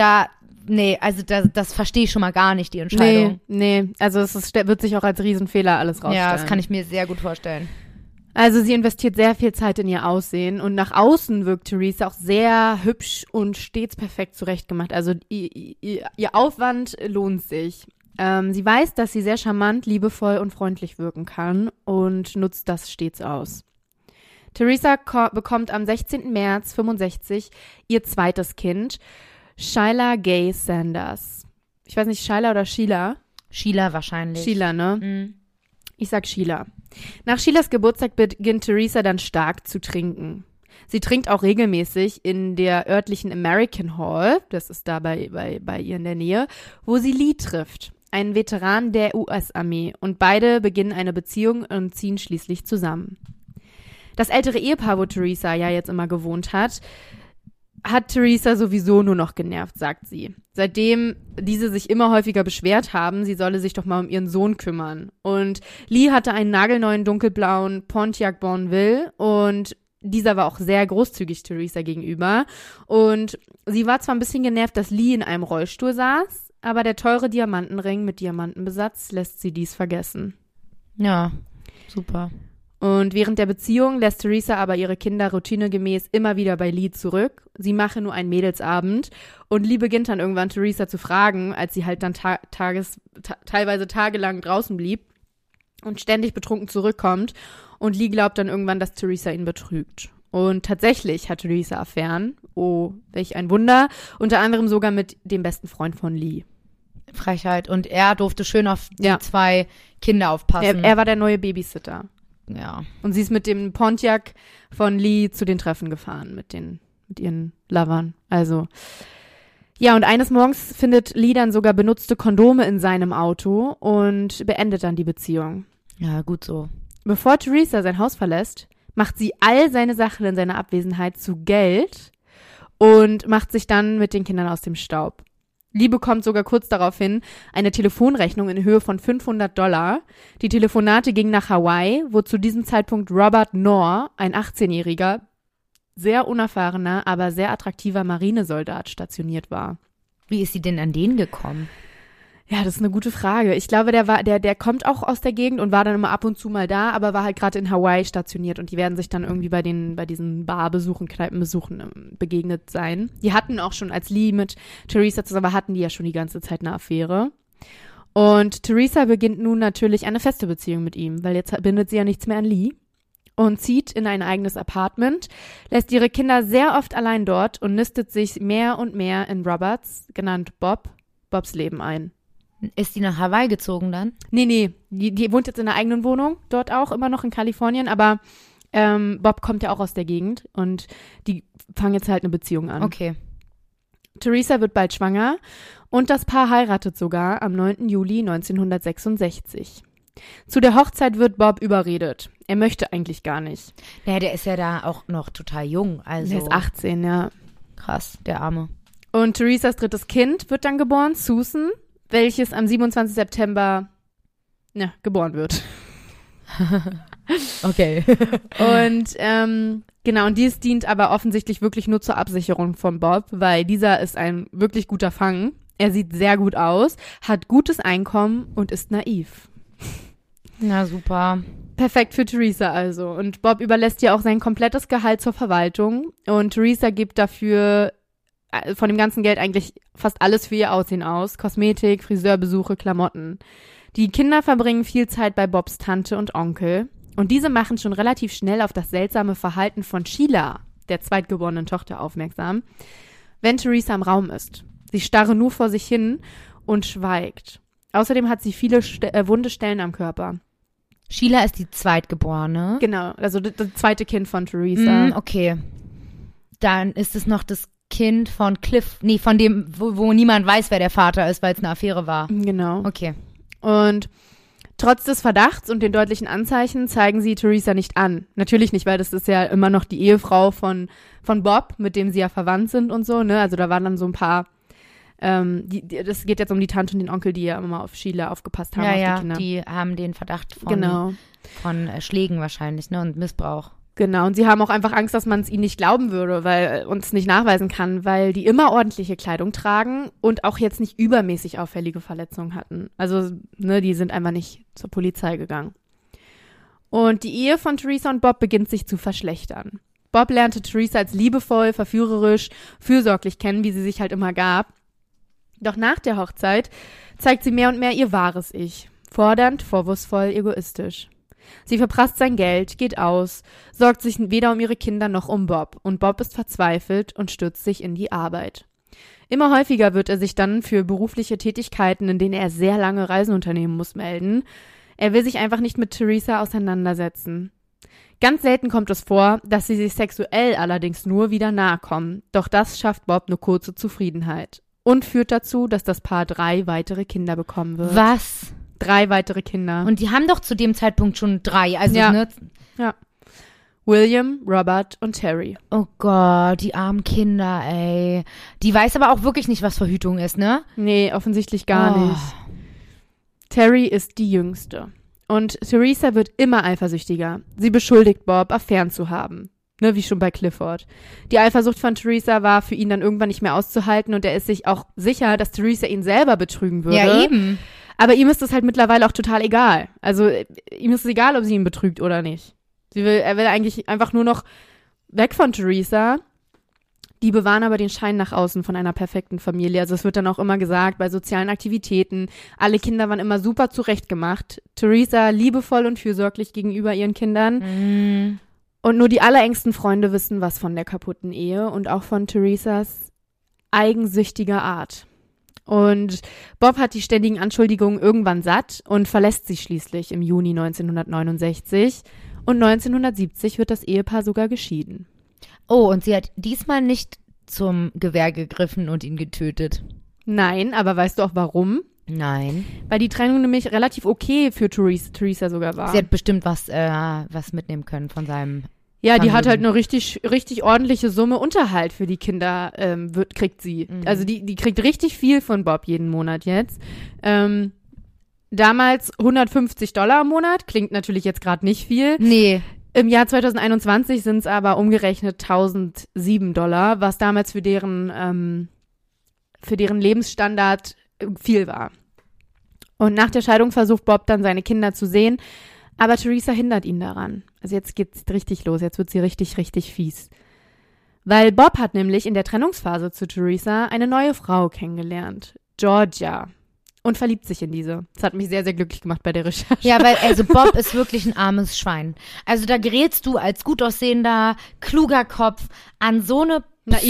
das verstehe ich schon mal gar nicht, die Entscheidung. Nee, also wird sich auch als Riesenfehler alles rausstellen. Ja, das kann ich mir sehr gut vorstellen. Also sie investiert sehr viel Zeit in ihr Aussehen und nach außen wirkt Theresa auch sehr hübsch und stets perfekt zurechtgemacht. Also ihr Aufwand lohnt sich. Sie weiß, dass sie sehr charmant, liebevoll und freundlich wirken kann und nutzt das stets aus. Theresa bekommt am 16. März 1965 ihr zweites Kind, Sheila Gay Sanders. Ich weiß nicht, Sheila oder Sheila? Sheila wahrscheinlich. Sheila, ne? Mhm. Ich sag Sheila. Nach Sheilas Geburtstag beginnt Theresa dann stark zu trinken. Sie trinkt auch regelmäßig in der örtlichen American Hall, das ist da bei ihr in der Nähe, wo sie Lee trifft, einen Veteran der US-Armee, und beide beginnen eine Beziehung und ziehen schließlich zusammen. Das ältere Ehepaar, wo Theresa ja jetzt immer gewohnt hat Theresa sowieso nur noch genervt, sagt sie. Seitdem diese sich immer häufiger beschwert haben, sie solle sich doch mal um ihren Sohn kümmern. Und Lee hatte einen nagelneuen dunkelblauen Pontiac Bonneville und dieser war auch sehr großzügig Theresa gegenüber. Und sie war zwar ein bisschen genervt, dass Lee in einem Rollstuhl saß, aber der teure Diamantenring mit Diamantenbesatz lässt sie dies vergessen. Ja, super. Und während der Beziehung lässt Teresa aber ihre Kinder routinegemäß immer wieder bei Lee zurück. Sie mache nur einen Mädelsabend und Lee beginnt dann irgendwann Teresa zu fragen, als sie halt dann teilweise tagelang draußen blieb und ständig betrunken zurückkommt. Und Lee glaubt dann irgendwann, dass Teresa ihn betrügt. Und tatsächlich hat Teresa Affären. Oh, welch ein Wunder. Unter anderem sogar mit dem besten Freund von Lee. Frechheit. Und er durfte schön auf die 2 Kinder aufpassen. Er war der neue Babysitter. Ja. Und sie ist mit dem Pontiac von Lee zu den Treffen gefahren, mit ihren Lovern. Also, ja, und eines Morgens findet Lee dann sogar benutzte Kondome in seinem Auto und beendet dann die Beziehung. Ja, gut so. Bevor Teresa sein Haus verlässt, macht sie all seine Sachen in seiner Abwesenheit zu Geld und macht sich dann mit den Kindern aus dem Staub. Lee bekommt sogar kurz daraufhin eine Telefonrechnung in Höhe von $500. Die Telefonate gingen nach Hawaii, wo zu diesem Zeitpunkt Robert Knorr, ein 18-jähriger, sehr unerfahrener, aber sehr attraktiver Marinesoldat stationiert war. Wie ist sie denn an den gekommen? Ja, das ist eine gute Frage. Ich glaube, der kommt auch aus der Gegend und war dann immer ab und zu mal da, aber war halt gerade in Hawaii stationiert und die werden sich dann irgendwie bei diesen Barbesuchen, Kneipenbesuchen begegnet sein. Die hatten auch schon, als Lee mit Teresa zusammen war, hatten die ja schon die ganze Zeit eine Affäre. Und Teresa beginnt nun natürlich eine feste Beziehung mit ihm, weil jetzt bindet sie ja nichts mehr an Lee und zieht in ein eigenes Apartment, lässt ihre Kinder sehr oft allein dort und nistet sich mehr und mehr in Roberts, genannt Bobs Leben ein. Ist die nach Hawaii gezogen dann? Nee. Die wohnt jetzt in einer eigenen Wohnung, dort auch, immer noch in Kalifornien, aber Bob kommt ja auch aus der Gegend und die fangen jetzt halt eine Beziehung an. Okay. Teresa wird bald schwanger und das Paar heiratet sogar am 9. Juli 1966. Zu der Hochzeit wird Bob überredet. Er möchte eigentlich gar nicht. Naja, der ist ja da auch noch total jung. Also Er ist 18, ja. Krass, der Arme. Und Teresas drittes Kind wird dann geboren, Susan, welches am 27. September geboren wird. Okay. Und genau, und dies dient aber offensichtlich wirklich nur zur Absicherung von Bob, weil dieser ist ein wirklich guter Fang. Er sieht sehr gut aus, hat gutes Einkommen und ist naiv. Na super. Perfekt für Teresa also. Und Bob überlässt ihr auch sein komplettes Gehalt zur Verwaltung. Und Teresa gibt dafür von dem ganzen Geld eigentlich fast alles für ihr Aussehen aus. Kosmetik, Friseurbesuche, Klamotten. Die Kinder verbringen viel Zeit bei Bobs Tante und Onkel. Und diese machen schon relativ schnell auf das seltsame Verhalten von Sheila, der zweitgeborenen Tochter, aufmerksam, wenn Teresa im Raum ist. Sie starre nur vor sich hin und schweigt. Außerdem hat sie viele wunde Stellen am Körper. Sheila ist die Zweitgeborene. Genau, also das zweite Kind von Teresa. Okay. Dann ist es noch das Kind von Cliff, von dem, wo niemand weiß, wer der Vater ist, weil es eine Affäre war. Genau. Okay. Und trotz des Verdachts und den deutlichen Anzeichen zeigen sie Teresa nicht an. Natürlich nicht, weil das ist ja immer noch die Ehefrau von Bob, mit dem sie ja verwandt sind und so, ne? Also da waren dann so ein paar, das geht jetzt um die Tante und den Onkel, die ja immer auf Sheila aufgepasst haben, auf die Kinder. Die haben den Verdacht von Schlägen wahrscheinlich, ne, und Missbrauch. Genau, und sie haben auch einfach Angst, dass man es ihnen nicht glauben würde, weil uns nicht nachweisen kann, weil die immer ordentliche Kleidung tragen und auch jetzt nicht übermäßig auffällige Verletzungen hatten. Also, ne, die sind einfach nicht zur Polizei gegangen. Und die Ehe von Teresa und Bob beginnt sich zu verschlechtern. Bob lernte Teresa als liebevoll, verführerisch, fürsorglich kennen, wie sie sich halt immer gab. Doch nach der Hochzeit zeigt sie mehr und mehr ihr wahres Ich. Fordernd, vorwurfsvoll, egoistisch. Sie verprasst sein Geld, geht aus, sorgt sich weder um ihre Kinder noch um Bob. Und Bob ist verzweifelt und stürzt sich in die Arbeit. Immer häufiger wird er sich dann für berufliche Tätigkeiten, in denen er sehr lange Reisen unternehmen muss, melden. Er will sich einfach nicht mit Teresa auseinandersetzen. Ganz selten kommt es vor, dass sie sich sexuell allerdings nur wieder nahe kommen. Doch das schafft Bob nur kurze Zufriedenheit. Und führt dazu, dass das Paar 3 weitere Kinder bekommen wird. Was? 3 weitere Kinder. Und die haben doch zu dem Zeitpunkt schon 3. Also, ja. Ne? Ja. William, Robert und Terry. Oh Gott, die armen Kinder, ey. Die weiß aber auch wirklich nicht, was Verhütung ist, ne? Nee, offensichtlich gar nicht. Terry ist die Jüngste. Und Teresa wird immer eifersüchtiger. Sie beschuldigt Bob, Affären zu haben. Ne, wie schon bei Clifford. Die Eifersucht von Teresa war für ihn dann irgendwann nicht mehr auszuhalten und er ist sich auch sicher, dass Teresa ihn selber betrügen würde. Ja, eben. Aber ihm ist das halt mittlerweile auch total egal. Also ihm ist es egal, ob sie ihn betrügt oder nicht. Er will eigentlich einfach nur noch weg von Teresa. Die bewahren aber den Schein nach außen von einer perfekten Familie. Also es wird dann auch immer gesagt, bei sozialen Aktivitäten, alle Kinder waren immer super zurechtgemacht. Teresa liebevoll und fürsorglich gegenüber ihren Kindern. Und nur die allerengsten Freunde wissen was von der kaputten Ehe und auch von Teresas eigensüchtiger Art. Und Bob hat die ständigen Anschuldigungen irgendwann satt und verlässt sie schließlich im Juni 1969. Und 1970 wird das Ehepaar sogar geschieden. Oh, und sie hat diesmal nicht zum Gewehr gegriffen und ihn getötet. Nein, aber weißt du auch warum? Nein. Weil die Trennung nämlich relativ okay für Teresa sogar war. Sie hat bestimmt was mitnehmen können von seinem Ja, die Vermögen. hat halt eine richtig ordentliche Summe Unterhalt für die Kinder, kriegt sie. Mhm. Also die kriegt richtig viel von Bob jeden Monat jetzt. Damals $150 im Monat, klingt natürlich jetzt gerade nicht viel. Nee. Im Jahr 2021 sind es aber umgerechnet $1.007, was damals für deren Lebensstandard viel war. Und nach der Scheidung versucht Bob dann seine Kinder zu sehen, aber Teresa hindert ihn daran. Also jetzt geht's richtig los, jetzt wird sie richtig fies. Weil Bob hat nämlich in der Trennungsphase zu Teresa eine neue Frau kennengelernt, Georgia, und verliebt sich in diese. Das hat mich sehr, sehr glücklich gemacht bei der Recherche. Ja, weil also Bob ist wirklich ein armes Schwein. Also da gerätst du als gut aussehender, kluger Kopf an so eine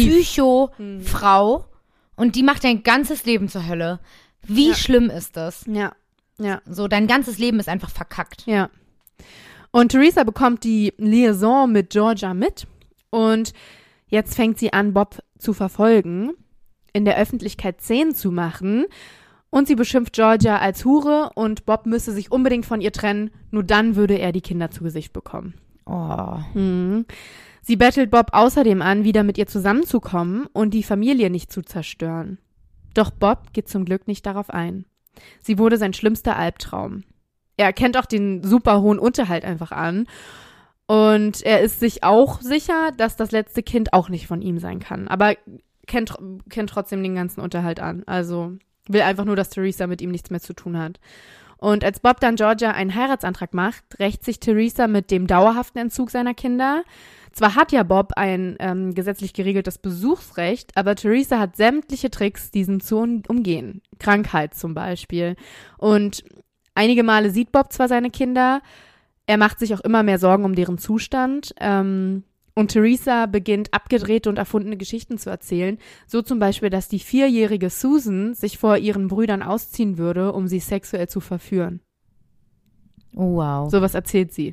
Psycho-Frau und die macht dein ganzes Leben zur Hölle. Wie schlimm ist das? Ja. So, dein ganzes Leben ist einfach verkackt. Ja. Und Teresa bekommt die Liaison mit Georgia mit und jetzt fängt sie an, Bob zu verfolgen, in der Öffentlichkeit Szenen zu machen und sie beschimpft Georgia als Hure und Bob müsse sich unbedingt von ihr trennen, nur dann würde er die Kinder zu Gesicht bekommen. Oh. Sie bettelt Bob außerdem an, wieder mit ihr zusammenzukommen und die Familie nicht zu zerstören. Doch Bob geht zum Glück nicht darauf ein. Sie wurde sein schlimmster Albtraum. Er erkennt auch den super hohen Unterhalt einfach an. Und er ist sich auch sicher, dass das letzte Kind auch nicht von ihm sein kann. Aber kennt trotzdem den ganzen Unterhalt an. Also will einfach nur, dass Teresa mit ihm nichts mehr zu tun hat. Und als Bob dann Georgia einen Heiratsantrag macht, rächt sich Teresa mit dem dauerhaften Entzug seiner Kinder. Zwar hat ja Bob ein gesetzlich geregeltes Besuchsrecht, aber Teresa hat sämtliche Tricks, diesen zu umgehen. Krankheit zum Beispiel. Und einige Male sieht Bob zwar seine Kinder, er macht sich auch immer mehr Sorgen um deren Zustand. Und Teresa beginnt abgedrehte und erfundene Geschichten zu erzählen. So zum Beispiel, dass die 4-jährige Susan sich vor ihren Brüdern ausziehen würde, um sie sexuell zu verführen. Oh, wow. Sowas erzählt sie.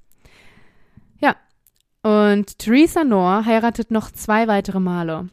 Ja. Und Teresa Knorr heiratet noch 2 weitere Male.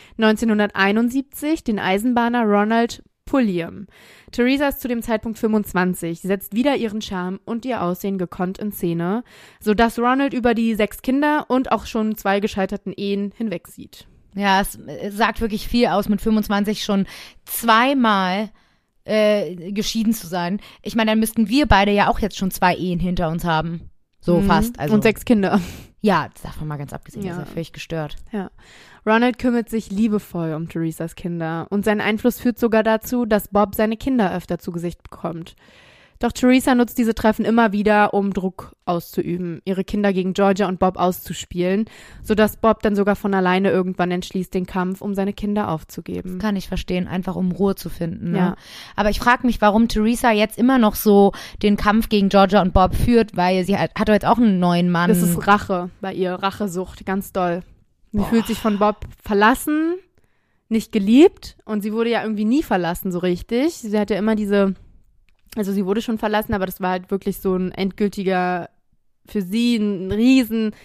1971 den Eisenbahner Ronald Pulliam. Teresa ist zu dem Zeitpunkt 25, setzt wieder ihren Charme und ihr Aussehen gekonnt in Szene, sodass Ronald über die 6 Kinder und auch schon 2 gescheiterten Ehen hinwegsieht. Ja, es sagt wirklich viel aus, mit 25 schon 2-mal geschieden zu sein. Ich meine, dann müssten wir beide ja auch jetzt schon 2 Ehen hinter uns haben. So fast. Also, und 6 Kinder. Ja, davon mal ganz abgesehen, Ja. das ist ja völlig gestört. Ja. Ronald kümmert sich liebevoll um Teresas Kinder und sein Einfluss führt sogar dazu, dass Bob seine Kinder öfter zu Gesicht bekommt. Doch Teresa nutzt diese Treffen immer wieder, um Druck auszuüben, ihre Kinder gegen Georgia und Bob auszuspielen, sodass Bob dann sogar von alleine irgendwann entschließt, den Kampf um seine Kinder aufzugeben. Kann ich verstehen, einfach um Ruhe zu finden. Ne? Ja. Aber ich frage mich, warum Teresa jetzt immer noch so den Kampf gegen Georgia und Bob führt, weil sie hat doch jetzt auch einen neuen Mann. Das ist Rache bei ihr, Rachesucht, ganz doll. Sie fühlt sich von Bob verlassen, nicht geliebt und sie wurde ja irgendwie nie verlassen so richtig. Sie hatte immer sie wurde schon verlassen, aber das war halt wirklich so ein endgültiger, für sie ein riesen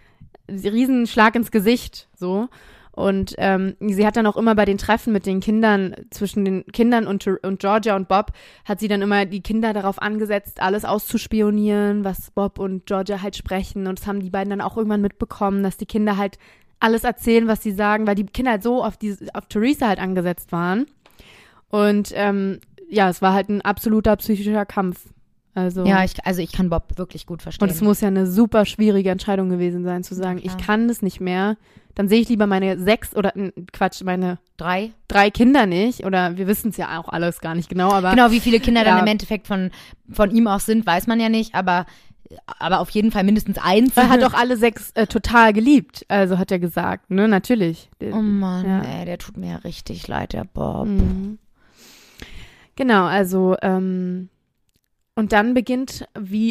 Schlag ins Gesicht, so. Und sie hat dann auch immer bei den Treffen mit den Kindern, zwischen den Kindern und Georgia und Bob, hat sie dann immer die Kinder darauf angesetzt, alles auszuspionieren, was Bob und Georgia halt sprechen. Und das haben die beiden dann auch irgendwann mitbekommen, dass die Kinder halt alles erzählen, was sie sagen, weil die Kinder halt so auf Teresa halt angesetzt waren. Und es war halt ein absoluter psychischer Kampf. Also Ja, ich kann Bob wirklich gut verstehen. und es muss ja eine super schwierige Entscheidung gewesen sein, zu sagen, Ja. ich kann das nicht mehr. Dann sehe ich lieber meine meine 3? 3 Kinder nicht. Oder wir wissen es ja auch alles gar nicht genau, aber Genau, wie viele Kinder Ja. dann im Endeffekt von ihm auch sind, weiß man ja nicht, aber auf jeden Fall mindestens 1. er hat auch alle 6 total geliebt. Also hat er gesagt, ne, natürlich. Oh Mann, Ja. ey, der tut mir ja richtig leid, der Bob. Mhm. Genau, also und dann beginnt, wie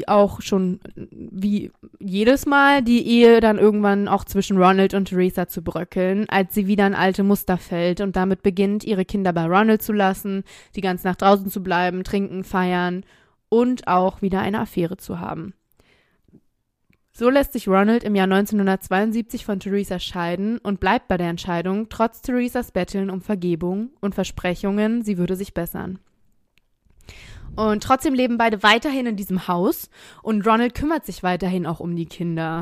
jedes Mal, die Ehe dann irgendwann auch zwischen Ronald und Theresa zu bröckeln, als sie wieder in alte Muster fällt und damit beginnt, ihre Kinder bei Ronald zu lassen, die ganze Nacht draußen zu bleiben, trinken, feiern und auch wieder eine Affäre zu haben. So lässt sich Ronald im Jahr 1972 von Theresa scheiden und bleibt bei der Entscheidung, trotz Theresas Betteln um Vergebung und Versprechungen, sie würde sich bessern. Und trotzdem leben beide weiterhin in diesem Haus und Ronald kümmert sich weiterhin auch um die Kinder.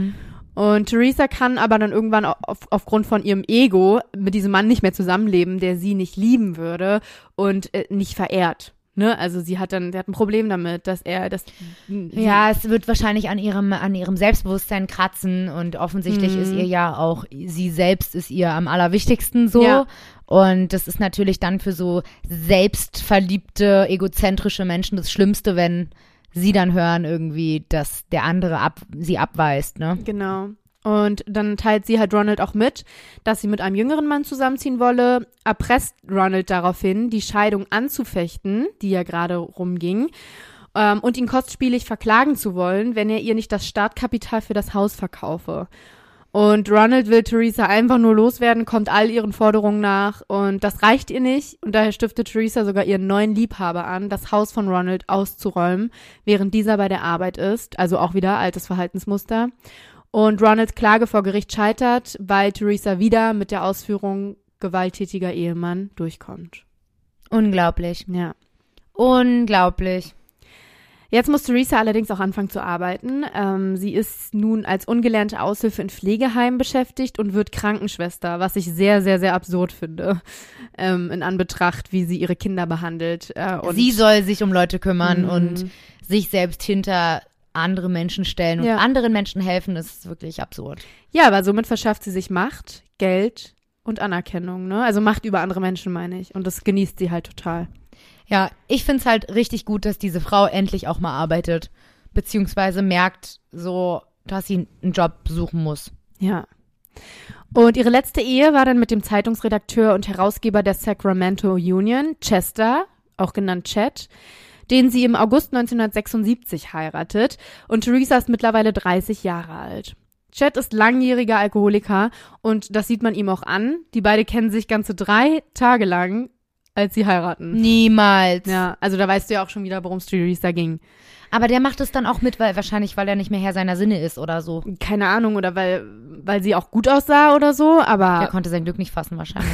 Und Theresa kann aber dann irgendwann aufgrund von ihrem Ego mit diesem Mann nicht mehr zusammenleben, der sie nicht lieben würde und nicht verehrt. Ne? Also sie hat ein Problem damit, dass er das. Ja, es wird wahrscheinlich an ihrem Selbstbewusstsein kratzen und offensichtlich ist ihr ja auch, sie selbst ist ihr am allerwichtigsten so. Ja. Und das ist natürlich dann für so selbstverliebte, egozentrische Menschen das Schlimmste, wenn sie dann hören irgendwie, dass der andere sie abweist, ne? Genau. Und dann teilt sie halt Ronald auch mit, dass sie mit einem jüngeren Mann zusammenziehen wolle, erpresst Ronald daraufhin, die Scheidung anzufechten, die ja gerade rumging, und ihn kostspielig verklagen zu wollen, wenn er ihr nicht das Startkapital für das Haus verkaufe. Und Ronald will Theresa einfach nur loswerden, kommt all ihren Forderungen nach und das reicht ihr nicht. Und daher stiftet Theresa sogar ihren neuen Liebhaber an, das Haus von Ronald auszuräumen, während dieser bei der Arbeit ist, also auch wieder altes Verhaltensmuster. Und Ronalds Klage vor Gericht scheitert, weil Theresa wieder mit der Ausführung gewalttätiger Ehemann durchkommt. Unglaublich. Ja. Unglaublich. Jetzt muss Theresa allerdings auch anfangen zu arbeiten. Sie ist nun als ungelernte Aushilfe in Pflegeheimen beschäftigt und wird Krankenschwester, was ich sehr, sehr, sehr absurd finde, in Anbetracht, wie sie ihre Kinder behandelt. Und Sie soll sich um Leute kümmern und sich selbst hinter andere Menschen stellen und anderen Menschen helfen, das ist wirklich absurd. Ja, aber somit verschafft sie sich Macht, Geld und Anerkennung, ne? Also Macht über andere Menschen, meine ich. Und das genießt sie halt total. Ja, ich find's halt richtig gut, dass diese Frau endlich auch mal arbeitet, beziehungsweise merkt so, dass sie einen Job suchen muss. Ja. Und ihre letzte Ehe war dann mit dem Zeitungsredakteur und Herausgeber der Sacramento Union, Chester, auch genannt Chet, den sie im August 1976 heiratet. Und Theresa ist mittlerweile 30 Jahre alt. Chet ist langjähriger Alkoholiker und das sieht man ihm auch an. Die beiden kennen sich ganze 3 Tage lang, als sie heiraten. Niemals. Ja, also da weißt du ja auch schon wieder, worum es Theresa ging. Aber der macht es dann auch mit, weil er nicht mehr Herr seiner Sinne ist oder so. Keine Ahnung, oder weil sie auch gut aussah oder so, aber Der konnte sein Glück nicht fassen wahrscheinlich.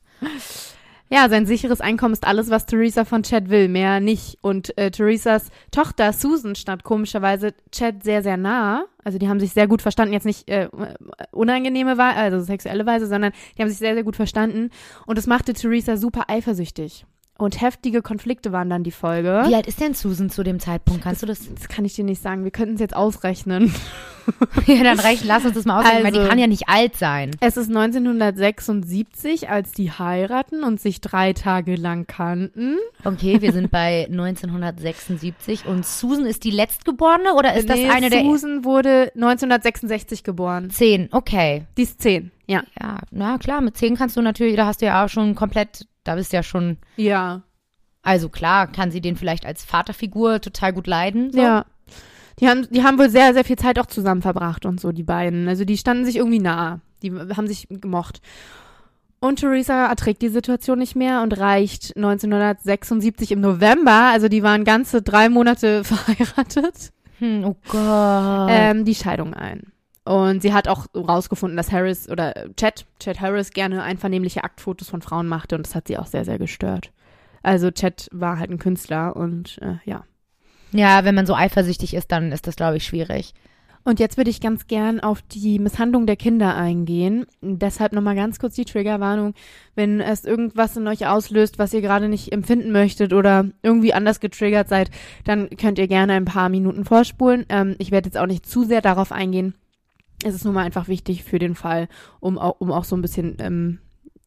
ja, sein sicheres Einkommen ist alles, was Theresa von Chet will, mehr nicht. Und Theresas Tochter Susan stand komischerweise Chet sehr, sehr nah. Also die haben sich sehr gut verstanden, jetzt nicht unangenehme Weise, also sexuelle Weise, sondern die haben sich sehr, sehr gut verstanden. Und das machte Theresa super eifersüchtig. Und heftige Konflikte waren dann die Folge. Wie alt ist denn Susan zu dem Zeitpunkt? Kannst du das? Das kann ich dir nicht sagen. Wir könnten es jetzt ausrechnen. Ja, dann lass uns das mal ausrechnen, weil die Also- kann ja nicht alt sein. Es ist 1976, als die heiraten und sich 3 Tage lang kannten. Okay, wir sind bei 1976 und Susan ist die Letztgeborene oder ist das eine der Susan wurde 1966 geboren. 10? Okay. Die ist 10, ja. Ja, na klar, mit 10 kannst du natürlich, da hast du ja auch schon komplett, da bist du ja schon, Ja. also klar, kann sie den vielleicht als Vaterfigur total gut leiden. So. Ja. Die haben wohl sehr, sehr viel Zeit auch zusammen verbracht und so, die beiden. Also die standen sich irgendwie nah. Die haben sich gemocht. Und Theresa erträgt die Situation nicht mehr und reicht 1976 im November, also die waren ganze 3 Monate verheiratet, Oh Gott. die Scheidung ein. Und sie hat auch rausgefunden, dass Chet Harris gerne einvernehmliche Aktfotos von Frauen machte und das hat sie auch sehr, sehr gestört. Also Chet war halt ein Künstler und ja. Ja, wenn man so eifersüchtig ist, dann ist das, glaube ich, schwierig. Und jetzt würde ich ganz gern auf die Misshandlung der Kinder eingehen. Deshalb nochmal ganz kurz die Triggerwarnung. Wenn es irgendwas in euch auslöst, was ihr gerade nicht empfinden möchtet oder irgendwie anders getriggert seid, dann könnt ihr gerne ein paar Minuten vorspulen. Ich werde jetzt auch nicht zu sehr darauf eingehen. Es ist nun mal einfach wichtig für den Fall, um auch so ein bisschen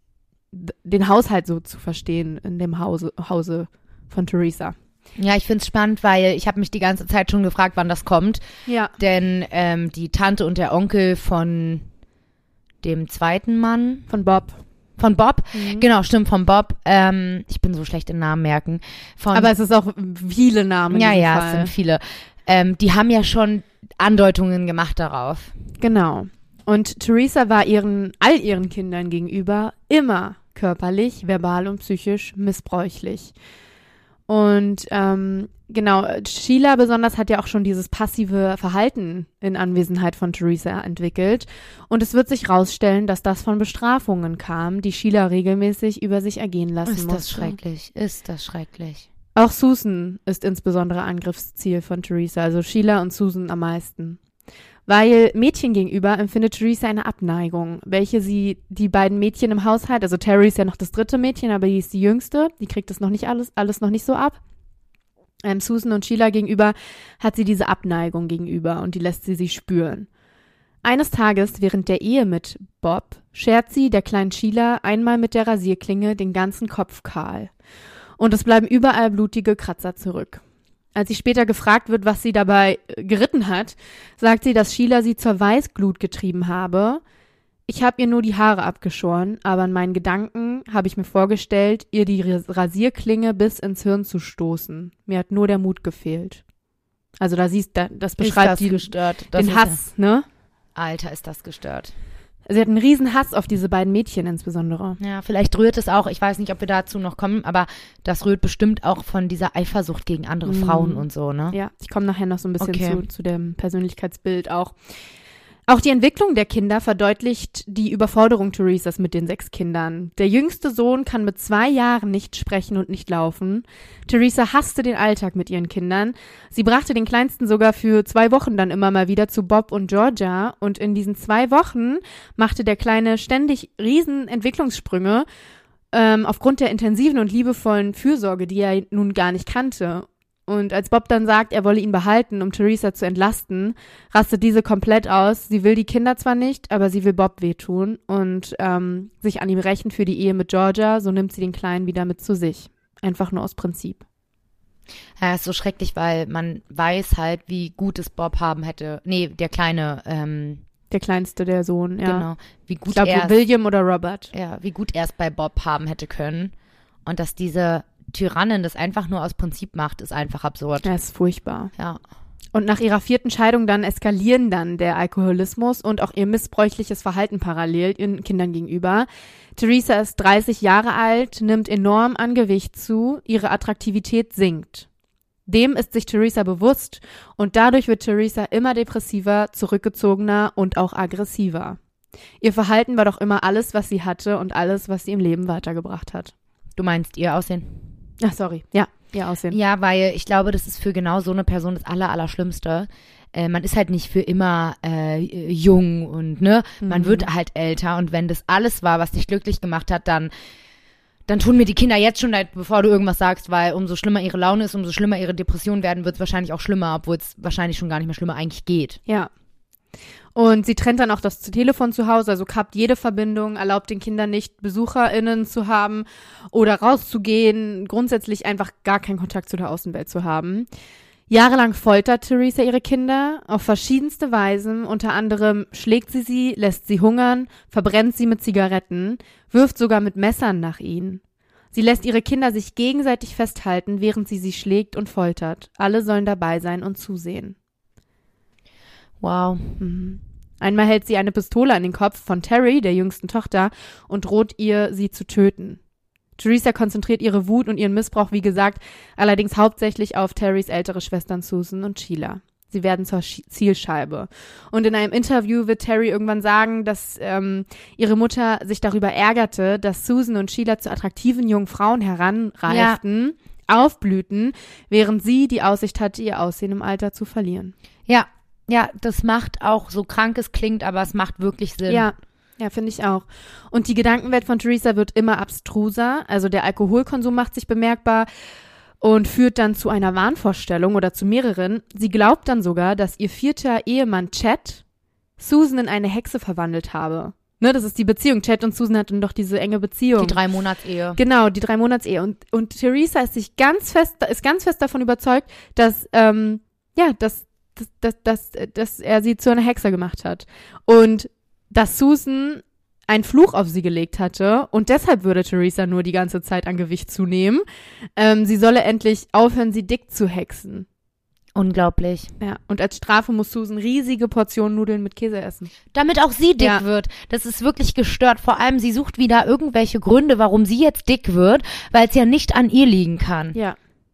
den Haushalt so zu verstehen in dem Hause von Teresa. Ja, ich find's spannend, weil ich habe mich die ganze Zeit schon gefragt, wann das kommt. Ja. Denn die Tante und der Onkel von dem zweiten Mann. Von Bob. Von Bob? Mhm. Genau, stimmt, von Bob. Ich bin so schlecht in Namen merken. Aber es ist auch viele Namen in diesem Fall. Es sind viele. Die haben ja schon Andeutungen gemacht darauf. Genau. Und Teresa war all ihren Kindern gegenüber immer körperlich, verbal und psychisch missbräuchlich. Und genau, Sheila besonders hat ja auch schon dieses passive Verhalten in Anwesenheit von Teresa entwickelt. Und es wird sich rausstellen, dass das von Bestrafungen kam, die Sheila regelmäßig über sich ergehen lassen musste. Ist das schrecklich. Auch Susan ist insbesondere Angriffsziel von Teresa, also Sheila und Susan am meisten. Weil Mädchen gegenüber empfindet Teresa eine Abneigung, welche sie die beiden Mädchen im Haushalt, also Terry ist ja noch das dritte Mädchen, aber die ist die jüngste, die kriegt das noch nicht alles noch nicht so ab. Susan und Sheila gegenüber hat sie diese Abneigung gegenüber und die lässt sie sich spüren. Eines Tages während der Ehe mit Bob schert sie der kleinen Sheila einmal mit der Rasierklinge den ganzen Kopf kahl. Und es bleiben überall blutige Kratzer zurück. Als sie später gefragt wird, was sie dabei geritten hat, sagt sie, dass Sheila sie zur Weißglut getrieben habe. Ich habe ihr nur die Haare abgeschoren, aber in meinen Gedanken habe ich mir vorgestellt, ihr die Rasierklinge bis ins Hirn zu stoßen. Mir hat nur der Mut gefehlt. Also da siehst du, das beschreibt den Hass, ne? Alter, ist das gestört. Sie hat einen riesen Hass auf diese beiden Mädchen insbesondere. Ja, vielleicht rührt es auch, ich weiß nicht, ob wir dazu noch kommen, aber das rührt bestimmt auch von dieser Eifersucht gegen andere Frauen und so, ne? Ja, ich komme nachher noch so ein bisschen zu dem Persönlichkeitsbild auch. Auch die Entwicklung der Kinder verdeutlicht die Überforderung Teresas mit den 6 Kindern. Der jüngste Sohn kann mit 2 Jahren nicht sprechen und nicht laufen. Teresa hasste den Alltag mit ihren Kindern. Sie brachte den Kleinsten sogar für 2 Wochen dann immer mal wieder zu Bob und Georgia. Und in diesen 2 Wochen machte der Kleine ständig riesen Entwicklungssprünge aufgrund der intensiven und liebevollen Fürsorge, die er nun gar nicht kannte. Und als Bob dann sagt, er wolle ihn behalten, um Teresa zu entlasten, rastet diese komplett aus. Sie will die Kinder zwar nicht, aber sie will Bob wehtun und sich an ihm rächen für die Ehe mit Georgia. So nimmt sie den Kleinen wieder mit zu sich. Einfach nur aus Prinzip. Ja, ist so schrecklich, weil man weiß halt, wie gut es Bob haben hätte. Nee, der Kleine. Der Kleinste, der Sohn, ja. Genau. Wie gut ich glaube, William oder Robert. Ja, wie gut er es bei Bob haben hätte können. Und dass diese Tyrannin das einfach nur aus Prinzip macht, ist einfach absurd. Das ist furchtbar. Ja. Und nach ihrer 4. Scheidung dann eskalieren dann der Alkoholismus und auch ihr missbräuchliches Verhalten parallel ihren Kindern gegenüber. Teresa ist 30 Jahre alt, nimmt enorm an Gewicht zu, ihre Attraktivität sinkt. Dem ist sich Teresa bewusst und dadurch wird Teresa immer depressiver, zurückgezogener und auch aggressiver. Ihr Verhalten war doch immer alles, was sie hatte und alles, was sie im Leben weitergebracht hat. Du meinst ihr Aussehen? Ach, sorry. Ja, ihr Aussehen. Ja, weil ich glaube, das ist für genau so eine Person das Allerschlimmste. Man ist halt nicht für immer jung und ne, man wird halt älter und wenn das alles war, was dich glücklich gemacht hat, dann tun mir die Kinder jetzt schon leid, bevor du irgendwas sagst, weil umso schlimmer ihre Laune ist, umso schlimmer ihre Depressionen werden, wird es wahrscheinlich auch schlimmer, obwohl es wahrscheinlich schon gar nicht mehr schlimmer eigentlich geht. Ja. Und sie trennt dann auch das Telefon zu Hause, also kappt jede Verbindung, erlaubt den Kindern nicht, BesucherInnen zu haben oder rauszugehen, grundsätzlich einfach gar keinen Kontakt zu der Außenwelt zu haben. Jahrelang foltert Teresa ihre Kinder auf verschiedenste Weisen, unter anderem schlägt sie, lässt sie hungern, verbrennt sie mit Zigaretten, wirft sogar mit Messern nach ihnen. Sie lässt ihre Kinder sich gegenseitig festhalten, während sie schlägt und foltert. Alle sollen dabei sein und zusehen. Wow. Einmal hält sie eine Pistole an den Kopf von Terry, der jüngsten Tochter, und droht ihr, sie zu töten. Teresa konzentriert ihre Wut und ihren Missbrauch, wie gesagt, allerdings hauptsächlich auf Terrys ältere Schwestern Susan und Sheila. Sie werden zur Zielscheibe. Und in einem Interview wird Terry irgendwann sagen, dass ihre Mutter sich darüber ärgerte, dass Susan und Sheila zu attraktiven jungen Frauen heranreiften, aufblühten, während sie die Aussicht hatte, ihr Aussehen im Alter zu verlieren. Ja, Ja, das macht auch, so krank es klingt, aber es macht wirklich Sinn. Ja, finde ich auch. Und die Gedankenwelt von Teresa wird immer abstruser. Also der Alkoholkonsum macht sich bemerkbar und führt dann zu einer Wahnvorstellung oder zu mehreren. Sie glaubt dann sogar, dass ihr 4. Ehemann Chet Susan in eine Hexe verwandelt habe. Ne, das ist die Beziehung. Chet und Susan hatten doch diese enge Beziehung. Die 3-Monats-Ehe. Genau, die 3-Monats-Ehe. Und Teresa ist ganz fest davon überzeugt, dass er sie zu einer Hexe gemacht hat. Und dass Susan einen Fluch auf sie gelegt hatte und deshalb würde Teresa nur die ganze Zeit an Gewicht zunehmen. Sie solle endlich aufhören, sie dick zu hexen. Unglaublich. Ja, und als Strafe muss Susan riesige Portionen Nudeln mit Käse essen. Damit auch sie dick wird. Das ist wirklich gestört. Vor allem, sie sucht wieder irgendwelche Gründe, warum sie jetzt dick wird, weil es ja nicht an ihr liegen kann. Ja.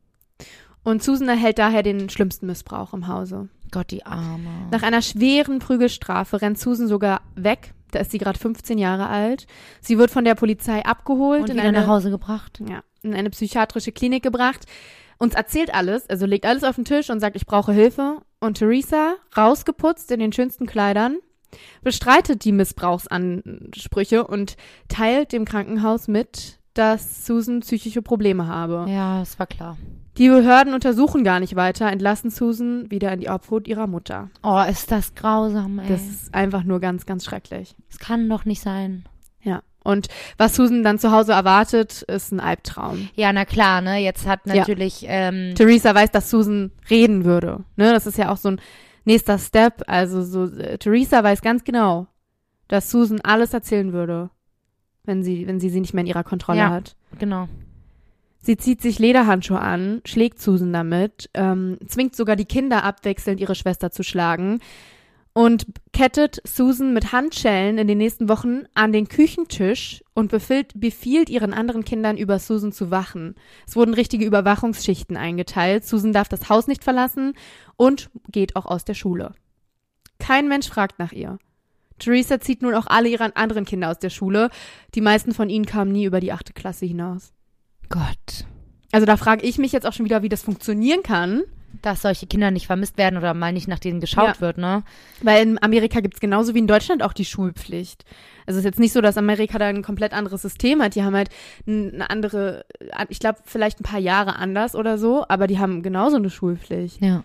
Und Susan erhält daher den schlimmsten Missbrauch im Hause. Gott, die Arme. Nach einer schweren Prügelstrafe rennt Susan sogar weg. Da ist sie gerade 15 Jahre alt. Sie wird von der Polizei abgeholt und wieder nach Hause gebracht. Ja, in eine psychiatrische Klinik gebracht. Uns erzählt alles, also legt alles auf den Tisch und sagt, ich brauche Hilfe. Und Teresa, rausgeputzt in den schönsten Kleidern, bestreitet die Missbrauchsansprüche und teilt dem Krankenhaus mit, dass Susan psychische Probleme habe. Ja, das war klar. Die Behörden untersuchen gar nicht weiter, entlassen Susan wieder in die Obhut ihrer Mutter. Oh, ist das grausam, ey. Das ist einfach nur ganz, ganz schrecklich. Das kann doch nicht sein. Ja. Und was Susan dann zu Hause erwartet, ist ein Albtraum. Ja, na klar, ne? Jetzt hat natürlich Teresa weiß, dass Susan reden würde. Ne? Das ist ja auch so ein nächster Step. Also so Teresa weiß ganz genau, dass Susan alles erzählen würde, wenn sie nicht mehr in ihrer Kontrolle hat. Genau. Sie zieht sich Lederhandschuhe an, schlägt Susan damit, zwingt sogar die Kinder abwechselnd, ihre Schwester zu schlagen und kettet Susan mit Handschellen in den nächsten Wochen an den Küchentisch und befiehlt ihren anderen Kindern, über Susan zu wachen. Es wurden richtige Überwachungsschichten eingeteilt. Susan darf das Haus nicht verlassen und geht auch aus der Schule. Kein Mensch fragt nach ihr. Teresa zieht nun auch alle ihre anderen Kinder aus der Schule. Die meisten von ihnen kamen nie über die 8. Klasse hinaus. Gott. Also da frage ich mich jetzt auch schon wieder, wie das funktionieren kann. Dass solche Kinder nicht vermisst werden oder mal nicht nach denen geschaut wird, ne? Weil in Amerika gibt es genauso wie in Deutschland auch die Schulpflicht. Also es ist jetzt nicht so, dass Amerika da ein komplett anderes System hat. Die haben halt eine andere, ich glaube vielleicht ein paar Jahre anders oder so, aber die haben genauso eine Schulpflicht. Ja.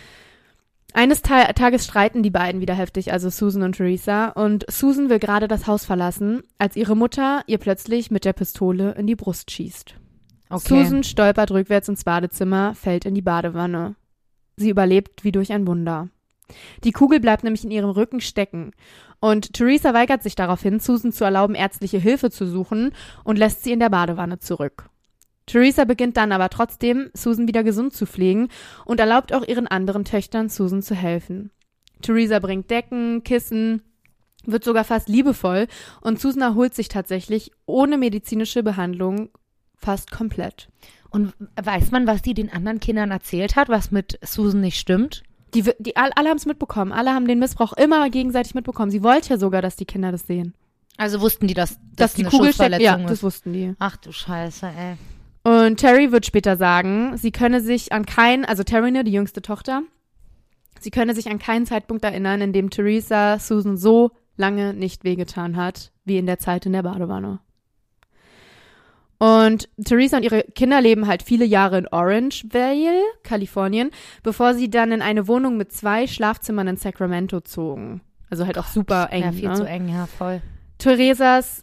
Eines Tages streiten die beiden wieder heftig, also Susan und Teresa. Und Susan will gerade das Haus verlassen, als ihre Mutter ihr plötzlich mit der Pistole in die Brust schießt. Okay. Susan stolpert rückwärts ins Badezimmer, fällt in die Badewanne. Sie überlebt wie durch ein Wunder. Die Kugel bleibt nämlich in ihrem Rücken stecken. Und Teresa weigert sich daraufhin, Susan zu erlauben, ärztliche Hilfe zu suchen und lässt sie in der Badewanne zurück. Teresa beginnt dann aber trotzdem, Susan wieder gesund zu pflegen und erlaubt auch ihren anderen Töchtern, Susan zu helfen. Teresa bringt Decken, Kissen, wird sogar fast liebevoll und Susan erholt sich tatsächlich ohne medizinische Behandlung fast komplett. Und weiß man, was die den anderen Kindern erzählt hat, was mit Susan nicht stimmt? Alle haben es mitbekommen. Alle haben den Missbrauch immer gegenseitig mitbekommen. Sie wollte ja sogar, dass die Kinder das sehen. Also wussten die, dass die eine Kugel Schussverletzung ist? Ja, das wussten die. Ach du Scheiße, ey. Und Terry wird später sagen, sie könne sich an Terry, die jüngste Tochter, sie könne sich an keinen Zeitpunkt erinnern, in dem Teresa Susan so lange nicht wehgetan hat, wie in der Zeit in der Badewanne. Und Teresa und ihre Kinder leben halt viele Jahre in Orangevale, Kalifornien, bevor sie dann in eine Wohnung mit 2 Schlafzimmern in Sacramento zogen. Also halt auch super eng. Ja, viel zu eng, ja, voll. Teresas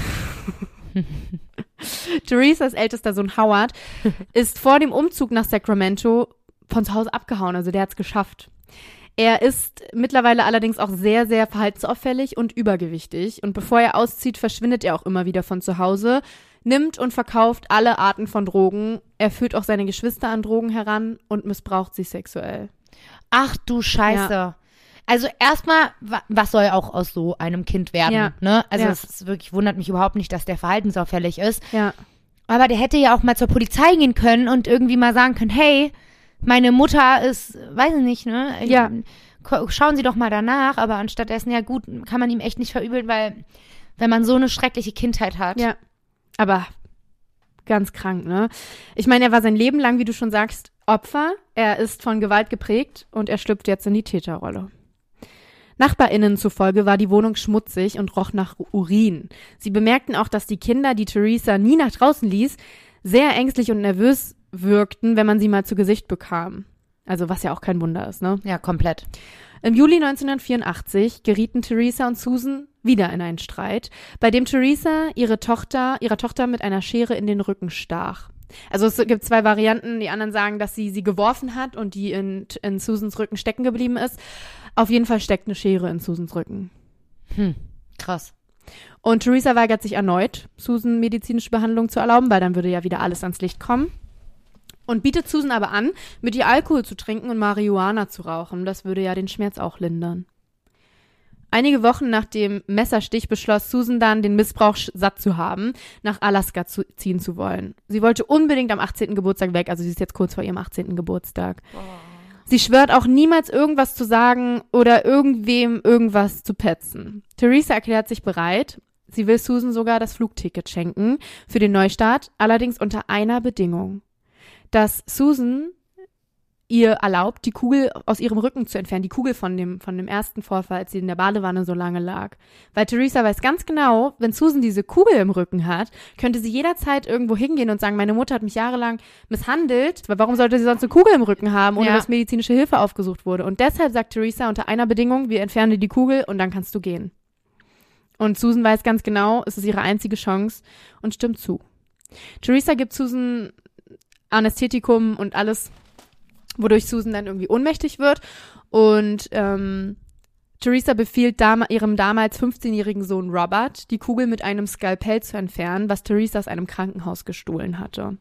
ältester Sohn Howard ist vor dem Umzug nach Sacramento von zu Hause abgehauen. Also der hat's geschafft. Er ist mittlerweile allerdings auch sehr, sehr verhaltensauffällig und übergewichtig. Und bevor er auszieht, verschwindet er auch immer wieder von zu Hause, nimmt und verkauft alle Arten von Drogen. Er führt auch seine Geschwister an Drogen heran und missbraucht sie sexuell. Ach du Scheiße. Ja. Also erstmal, was soll auch aus so einem Kind werden, ne? Also es ist wirklich, wundert mich überhaupt nicht, dass der verhaltensauffällig ist. Ja. Aber der hätte ja auch mal zur Polizei gehen können und irgendwie mal sagen können, hey, meine Mutter ist, weiß ich nicht, ne? Ja. Schauen Sie doch mal danach, aber anstattdessen, ja gut, kann man ihm echt nicht verübeln, weil wenn man so eine schreckliche Kindheit hat. Ja, aber ganz krank, ne? Ich meine, er war sein Leben lang, wie du schon sagst, Opfer, er ist von Gewalt geprägt und er schlüpft jetzt in die Täterrolle. NachbarInnen zufolge war die Wohnung schmutzig und roch nach Urin. Sie bemerkten auch, dass die Kinder, die Teresa nie nach draußen ließ, sehr ängstlich und nervös wirkten, wenn man sie mal zu Gesicht bekam. Also was ja auch kein Wunder ist, ne? Ja, komplett. Im Juli 1984 gerieten Teresa und Susan wieder in einen Streit, bei dem Teresa ihrer Tochter mit einer Schere in den Rücken stach. Also es gibt 2 Varianten. Die anderen sagen, dass sie geworfen hat und die in Susans Rücken stecken geblieben ist. Auf jeden Fall steckt eine Schere in Susans Rücken. Krass. Und Teresa weigert sich erneut, Susan medizinische Behandlung zu erlauben, weil dann würde ja wieder alles ans Licht kommen. Und bietet Susan aber an, mit ihr Alkohol zu trinken und Marihuana zu rauchen. Das würde ja den Schmerz auch lindern. Einige Wochen nach dem Messerstich beschloss Susan dann, den Missbrauch satt zu haben, nach Alaska ziehen zu wollen. Sie wollte unbedingt am 18. Geburtstag weg, also sie ist jetzt kurz vor ihrem 18. Geburtstag. Oh. Sie schwört auch niemals irgendwas zu sagen oder irgendwem irgendwas zu petzen. Teresa erklärt sich bereit. Sie will Susan sogar das Flugticket schenken für den Neustart, allerdings unter einer Bedingung. Dass Susan ihr erlaubt, die Kugel aus ihrem Rücken zu entfernen, die Kugel von dem ersten Vorfall, als sie in der Badewanne so lange lag. Weil Teresa weiß ganz genau, wenn Susan diese Kugel im Rücken hat, könnte sie jederzeit irgendwo hingehen und sagen, meine Mutter hat mich jahrelang misshandelt, weil warum sollte sie sonst eine Kugel im Rücken haben, ohne dass medizinische Hilfe aufgesucht wurde? Und deshalb sagt Teresa unter einer Bedingung, wir entfernen dir die Kugel und dann kannst du gehen. Und Susan weiß ganz genau, es ist ihre einzige Chance und stimmt zu. Teresa gibt Susan Anästhetikum und alles, wodurch Susan dann irgendwie ohnmächtig wird. Und Teresa befiehlt ihrem damals 15-jährigen Sohn Robert, die Kugel mit einem Skalpell zu entfernen, was Teresa aus einem Krankenhaus gestohlen hatte.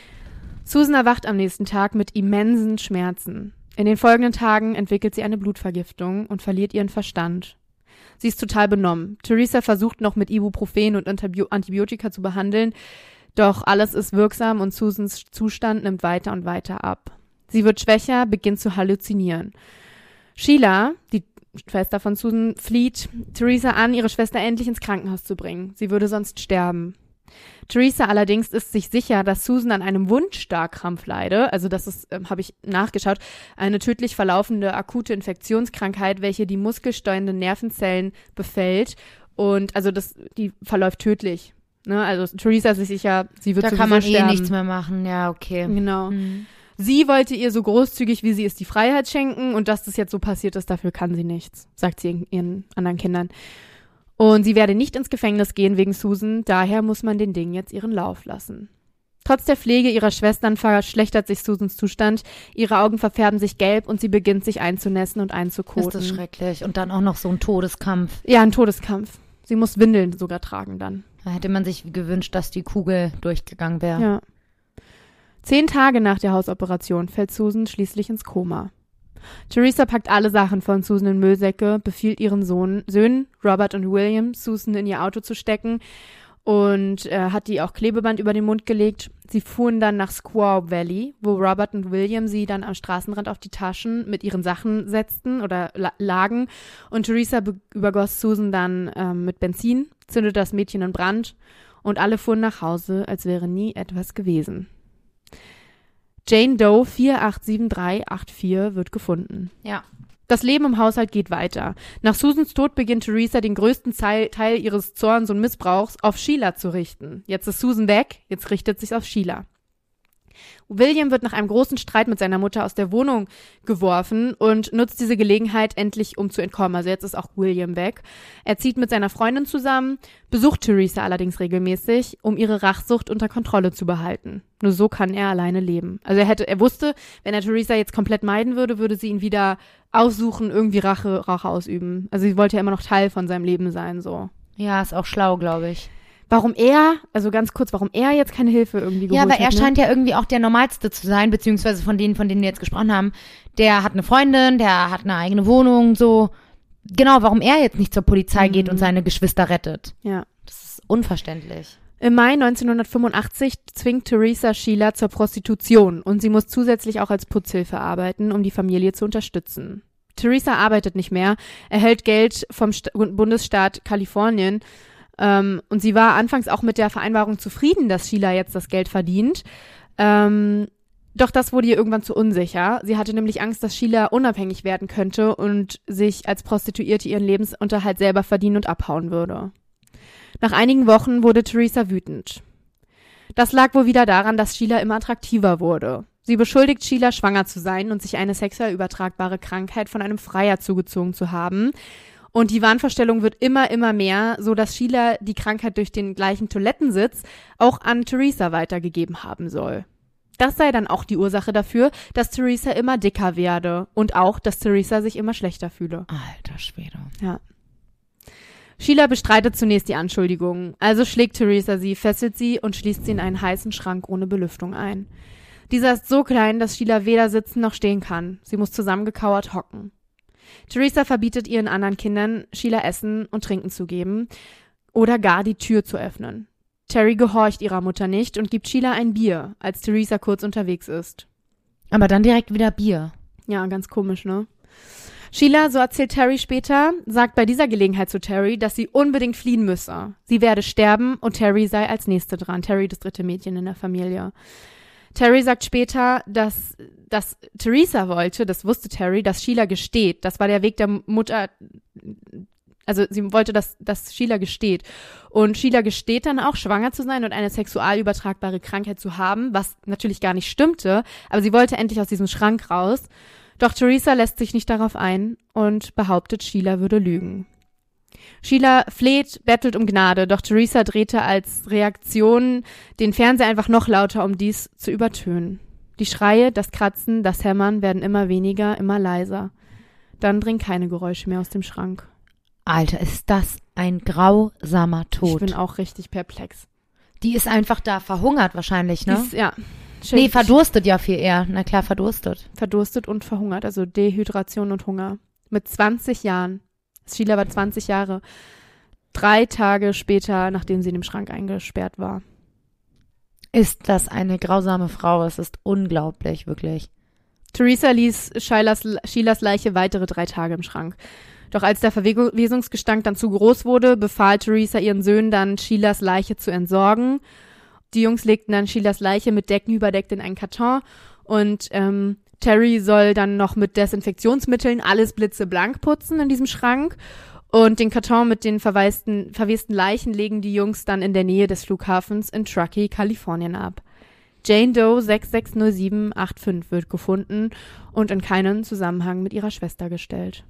Susan erwacht am nächsten Tag mit immensen Schmerzen. In den folgenden Tagen entwickelt sie eine Blutvergiftung und verliert ihren Verstand. Sie ist total benommen. Teresa versucht noch mit Ibuprofen und Antibiotika zu behandeln, doch alles ist wirksam und Susans Zustand nimmt weiter und weiter ab. Sie wird schwächer, beginnt zu halluzinieren. Sheila, die Schwester von Susan, flieht Teresa an, ihre Schwester endlich ins Krankenhaus zu bringen. Sie würde sonst sterben. Teresa allerdings ist sich sicher, dass Susan an einem Wundstarkrampf leide. Also das ist, habe ich nachgeschaut, eine tödlich verlaufende akute Infektionskrankheit, welche die muskelsteuernden Nervenzellen befällt. Und also die verläuft tödlich. Ne? Also Teresa ist sich sicher, sie wird sowieso sterben. Da kann man nichts mehr machen. Ja, okay. Genau. Sie wollte ihr so großzügig, wie sie ist, die Freiheit schenken und dass das jetzt so passiert ist, dafür kann sie nichts, sagt sie ihren anderen Kindern. Und sie werde nicht ins Gefängnis gehen wegen Susan, daher muss man den Dingen jetzt ihren Lauf lassen. Trotz der Pflege ihrer Schwestern verschlechtert sich Susans Zustand, ihre Augen verfärben sich gelb und sie beginnt sich einzunässen und einzukoten. Ist das schrecklich. Und dann auch noch so ein Todeskampf. Ja, ein Todeskampf. Sie muss Windeln sogar tragen dann. Da hätte man sich gewünscht, dass die Kugel durchgegangen wäre. Ja. 10 Tage nach der Hausoperation fällt Susan schließlich ins Koma. Teresa packt alle Sachen von Susan in Müllsäcke, befiehlt ihren Söhnen, Robert und William, Susan in ihr Auto zu stecken und hat die auch Klebeband über den Mund gelegt. Sie fuhren dann nach Squaw Valley, wo Robert und William sie dann am Straßenrand auf die Taschen mit ihren Sachen setzten oder lagen und Teresa übergoss Susan dann mit Benzin, zündete das Mädchen in Brand und alle fuhren nach Hause, als wäre nie etwas gewesen. Jane Doe 487384 wird gefunden. Ja. Das Leben im Haushalt geht weiter. Nach Susans Tod beginnt Teresa den größten Teil ihres Zorns und Missbrauchs auf Sheila zu richten. Jetzt ist Susan weg, jetzt richtet sich's auf Sheila. William wird nach einem großen Streit mit seiner Mutter aus der Wohnung geworfen und nutzt diese Gelegenheit endlich, um zu entkommen. Also jetzt ist auch William weg. Er zieht mit seiner Freundin zusammen, besucht Teresa allerdings regelmäßig, um ihre Rachsucht unter Kontrolle zu behalten. Nur so kann er alleine leben. Also er wusste, wenn er Teresa jetzt komplett meiden würde, würde sie ihn wieder aussuchen, irgendwie Rache ausüben. Also sie wollte ja immer noch Teil von seinem Leben sein, so. Ja, ist auch schlau, glaube ich. Warum er jetzt keine Hilfe irgendwie geholt hat. Ja, aber er scheint ja irgendwie auch der Normalste zu sein, beziehungsweise von denen wir jetzt gesprochen haben. Der hat eine Freundin, der hat eine eigene Wohnung, so. Genau, warum er jetzt nicht zur Polizei geht und seine Geschwister rettet. Ja. Das ist unverständlich. Im Mai 1985 zwingt Teresa Sheila zur Prostitution und sie muss zusätzlich auch als Putzhilfe arbeiten, um die Familie zu unterstützen. Teresa arbeitet nicht mehr, erhält Geld vom Bundesstaat Kalifornien. Und sie war anfangs auch mit der Vereinbarung zufrieden, dass Sheila jetzt das Geld verdient. Doch das wurde ihr irgendwann zu unsicher. Sie hatte nämlich Angst, dass Sheila unabhängig werden könnte und sich als Prostituierte ihren Lebensunterhalt selber verdienen und abhauen würde. Nach einigen Wochen wurde Teresa wütend. Das lag wohl wieder daran, dass Sheila immer attraktiver wurde. Sie beschuldigt Sheila, schwanger zu sein und sich eine sexuell übertragbare Krankheit von einem Freier zugezogen zu haben. Und die Wahnvorstellung wird immer mehr, so dass Sheila die Krankheit durch den gleichen Toilettensitz auch an Teresa weitergegeben haben soll. Das sei dann auch die Ursache dafür, dass Teresa immer dicker werde und auch, dass Teresa sich immer schlechter fühle. Alter Schwede. Ja. Sheila bestreitet zunächst die Anschuldigungen, also schlägt Teresa sie, fesselt sie und schließt sie in einen heißen Schrank ohne Belüftung ein. Dieser ist so klein, dass Sheila weder sitzen noch stehen kann. Sie muss zusammengekauert hocken. Teresa verbietet ihren anderen Kindern, Sheila Essen und Trinken zu geben oder gar die Tür zu öffnen. Terry gehorcht ihrer Mutter nicht und gibt Sheila ein Bier, als Teresa kurz unterwegs ist. Aber dann direkt wieder Bier. Ja, ganz komisch, ne? Sheila, so erzählt Terry später, sagt bei dieser Gelegenheit zu Terry, dass sie unbedingt fliehen müsse. Sie werde sterben und Terry sei als Nächste dran. Terry, das dritte Mädchen in der Familie. Terry sagt später, dass Teresa wollte, das wusste Terry, dass Sheila gesteht. Das war der Weg der Mutter, also sie wollte, dass Sheila gesteht. Und Sheila gesteht dann auch, schwanger zu sein und eine sexual übertragbare Krankheit zu haben, was natürlich gar nicht stimmte, aber sie wollte endlich aus diesem Schrank raus. Doch Teresa lässt sich nicht darauf ein und behauptet, Sheila würde lügen. Sheila fleht, bettelt um Gnade, doch Teresa drehte als Reaktion den Fernseher einfach noch lauter, um dies zu übertönen. Die Schreie, das Kratzen, das Hämmern werden immer weniger, immer leiser. Dann dringen keine Geräusche mehr aus dem Schrank. Alter, ist das ein grausamer Tod. Ich bin auch richtig perplex. Die ist einfach da verhungert wahrscheinlich, ne? Ja. Nee, verdurstet ja viel eher. Na klar, verdurstet. Verdurstet und verhungert, also Dehydration und Hunger. Mit 20 Jahren. Sheila war 20 Jahre. 3 Tage später, nachdem sie in dem Schrank eingesperrt war. Ist das eine grausame Frau? Es ist unglaublich, wirklich. Teresa ließ Sheilas Leiche weitere 3 Tage im Schrank. Doch als der Verwesungsgestank dann zu groß wurde, befahl Teresa ihren Söhnen dann, Sheilas Leiche zu entsorgen. Die Jungs legten dann Sheilas Leiche mit Decken überdeckt in einen Karton und Terry soll dann noch mit Desinfektionsmitteln alles blitzeblank putzen in diesem Schrank. Und den Karton mit den verwesten Leichen legen die Jungs dann in der Nähe des Flughafens in Truckee, Kalifornien ab. Jane Doe 660785 wird gefunden und in keinen Zusammenhang mit ihrer Schwester gestellt.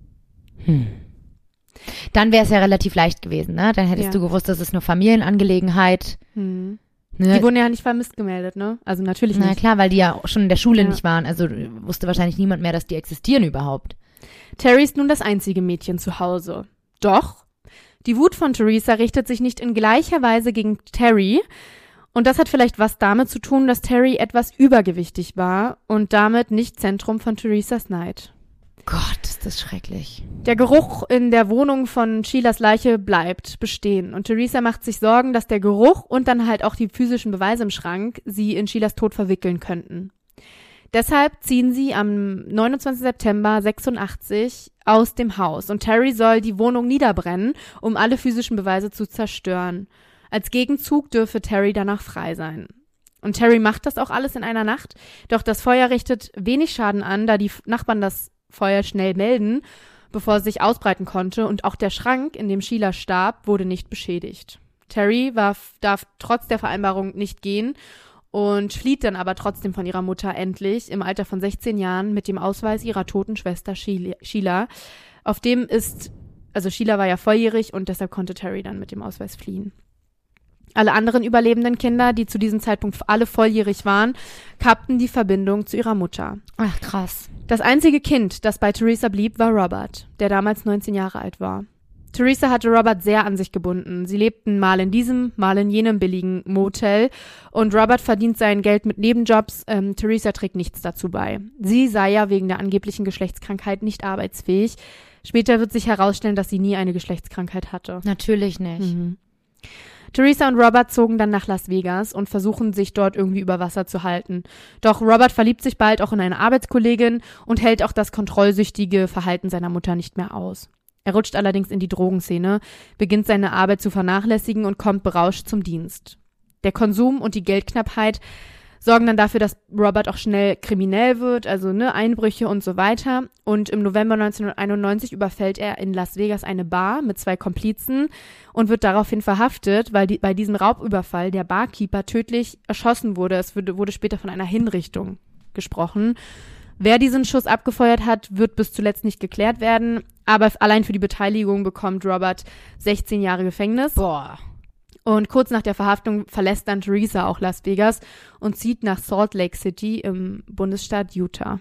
Dann wäre es ja relativ leicht gewesen, ne? Dann hättest du gewusst, das ist eine Familienangelegenheit. Ne? Die wurden ja nicht vermisst gemeldet, ne? Also natürlich nicht. Na klar, weil die ja schon in der Schule nicht waren. Also wusste wahrscheinlich niemand mehr, dass die existieren überhaupt. Terry ist nun das einzige Mädchen zu Hause. Doch die Wut von Teresa richtet sich nicht in gleicher Weise gegen Terry. Und das hat vielleicht was damit zu tun, dass Terry etwas übergewichtig war und damit nicht Zentrum von Teresas Neid. Gott, ist das schrecklich. Der Geruch in der Wohnung von Sheilas Leiche bleibt bestehen. Und Teresa macht sich Sorgen, dass der Geruch und dann halt auch die physischen Beweise im Schrank sie in Sheilas Tod verwickeln könnten. Deshalb ziehen sie am 29. September 86 aus dem Haus. Und Terry soll die Wohnung niederbrennen, um alle physischen Beweise zu zerstören. Als Gegenzug dürfe Terry danach frei sein. Und Terry macht das auch alles in einer Nacht. Doch das Feuer richtet wenig Schaden an, da die Nachbarn das Feuer schnell melden, bevor es sich ausbreiten konnte. Und auch der Schrank, in dem Sheila starb, wurde nicht beschädigt. Terry darf trotz der Vereinbarung nicht gehen und flieht dann aber trotzdem von ihrer Mutter endlich im Alter von 16 Jahren mit dem Ausweis ihrer toten Schwester Sheila. Auf dem also Sheila war ja volljährig und deshalb konnte Terry dann mit dem Ausweis fliehen. Alle anderen überlebenden Kinder, die zu diesem Zeitpunkt alle volljährig waren, kappten die Verbindung zu ihrer Mutter. Ach, krass. Das einzige Kind, das bei Teresa blieb, war Robert, der damals 19 Jahre alt war. Teresa hatte Robert sehr an sich gebunden. Sie lebten mal in diesem, mal in jenem billigen Motel und Robert verdient sein Geld mit Nebenjobs. Teresa trägt nichts dazu bei. Sie sei ja wegen der angeblichen Geschlechtskrankheit nicht arbeitsfähig. Später wird sich herausstellen, dass sie nie eine Geschlechtskrankheit hatte. Natürlich nicht. Teresa und Robert zogen dann nach Las Vegas und versuchen, sich dort irgendwie über Wasser zu halten. Doch Robert verliebt sich bald auch in eine Arbeitskollegin und hält auch das kontrollsüchtige Verhalten seiner Mutter nicht mehr aus. Er rutscht allerdings in die Drogenszene, beginnt seine Arbeit zu vernachlässigen und kommt berauscht zum Dienst. Der Konsum und die Geldknappheit sorgen dann dafür, dass Robert auch schnell kriminell wird, also Einbrüche und so weiter. Und im November 1991 überfällt er in Las Vegas eine Bar mit 2 Komplizen und wird daraufhin verhaftet, weil bei diesem Raubüberfall der Barkeeper tödlich erschossen wurde. Es wurde später von einer Hinrichtung gesprochen. Wer diesen Schuss abgefeuert hat, wird bis zuletzt nicht geklärt werden. Aber allein für die Beteiligung bekommt Robert 16 Jahre Gefängnis. Boah. Und kurz nach der Verhaftung verlässt dann Teresa auch Las Vegas und zieht nach Salt Lake City im Bundesstaat Utah.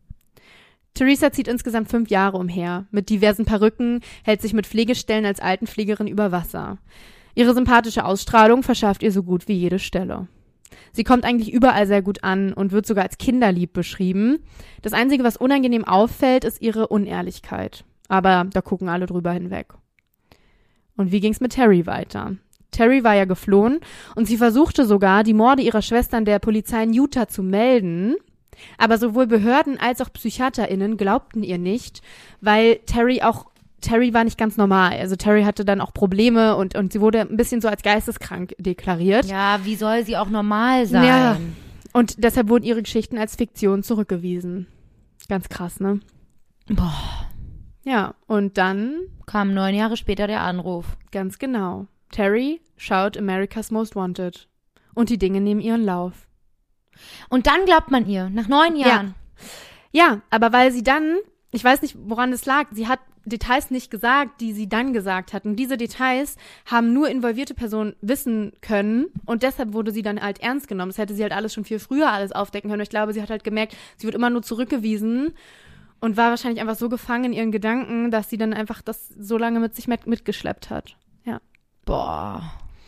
Teresa zieht insgesamt 5 Jahre umher. Mit diversen Perücken, hält sich mit Pflegestellen als Altenpflegerin über Wasser. Ihre sympathische Ausstrahlung verschafft ihr so gut wie jede Stelle. Sie kommt eigentlich überall sehr gut an und wird sogar als kinderlieb beschrieben. Das Einzige, was unangenehm auffällt, ist ihre Unehrlichkeit. Aber da gucken alle drüber hinweg. Und wie ging's mit Terry weiter? Terry war ja geflohen und sie versuchte sogar, die Morde ihrer Schwestern der Polizei in Utah zu melden. Aber sowohl Behörden als auch PsychiaterInnen glaubten ihr nicht, weil Terry war nicht ganz normal. Also Terry hatte dann auch Probleme und sie wurde ein bisschen so als geisteskrank deklariert. Ja, wie soll sie auch normal sein? Ja, und deshalb wurden ihre Geschichten als Fiktion zurückgewiesen. Ganz krass, ne? Boah. Ja, und dann Kam 9 Jahre später der Anruf. ganz genau. Terry schaut America's Most Wanted. Und die Dinge nehmen ihren Lauf. Und dann glaubt man ihr, nach 9 Jahren. Ja, aber weil sie dann, ich weiß nicht, woran es lag, sie hat Details nicht gesagt, die sie dann gesagt hat. Und diese Details haben nur involvierte Personen wissen können. Und deshalb wurde sie dann halt ernst genommen. Das hätte sie halt alles schon viel früher alles aufdecken können. Und ich glaube, sie hat halt gemerkt, sie wird immer nur zurückgewiesen und war wahrscheinlich einfach so gefangen in ihren Gedanken, dass sie dann einfach das so lange mit sich mitgeschleppt hat. Ja. Boah.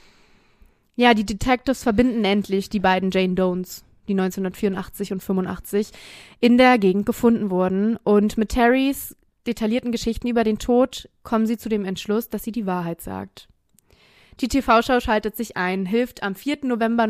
Ja, die Detectives verbinden endlich die beiden Jane Does, die 1984 und 85 in der Gegend gefunden wurden. Und mit Terrys detaillierten Geschichten über den Tod kommen sie zu dem Entschluss, dass sie die Wahrheit sagt. Die TV-Show schaltet sich ein, hilft am 4. November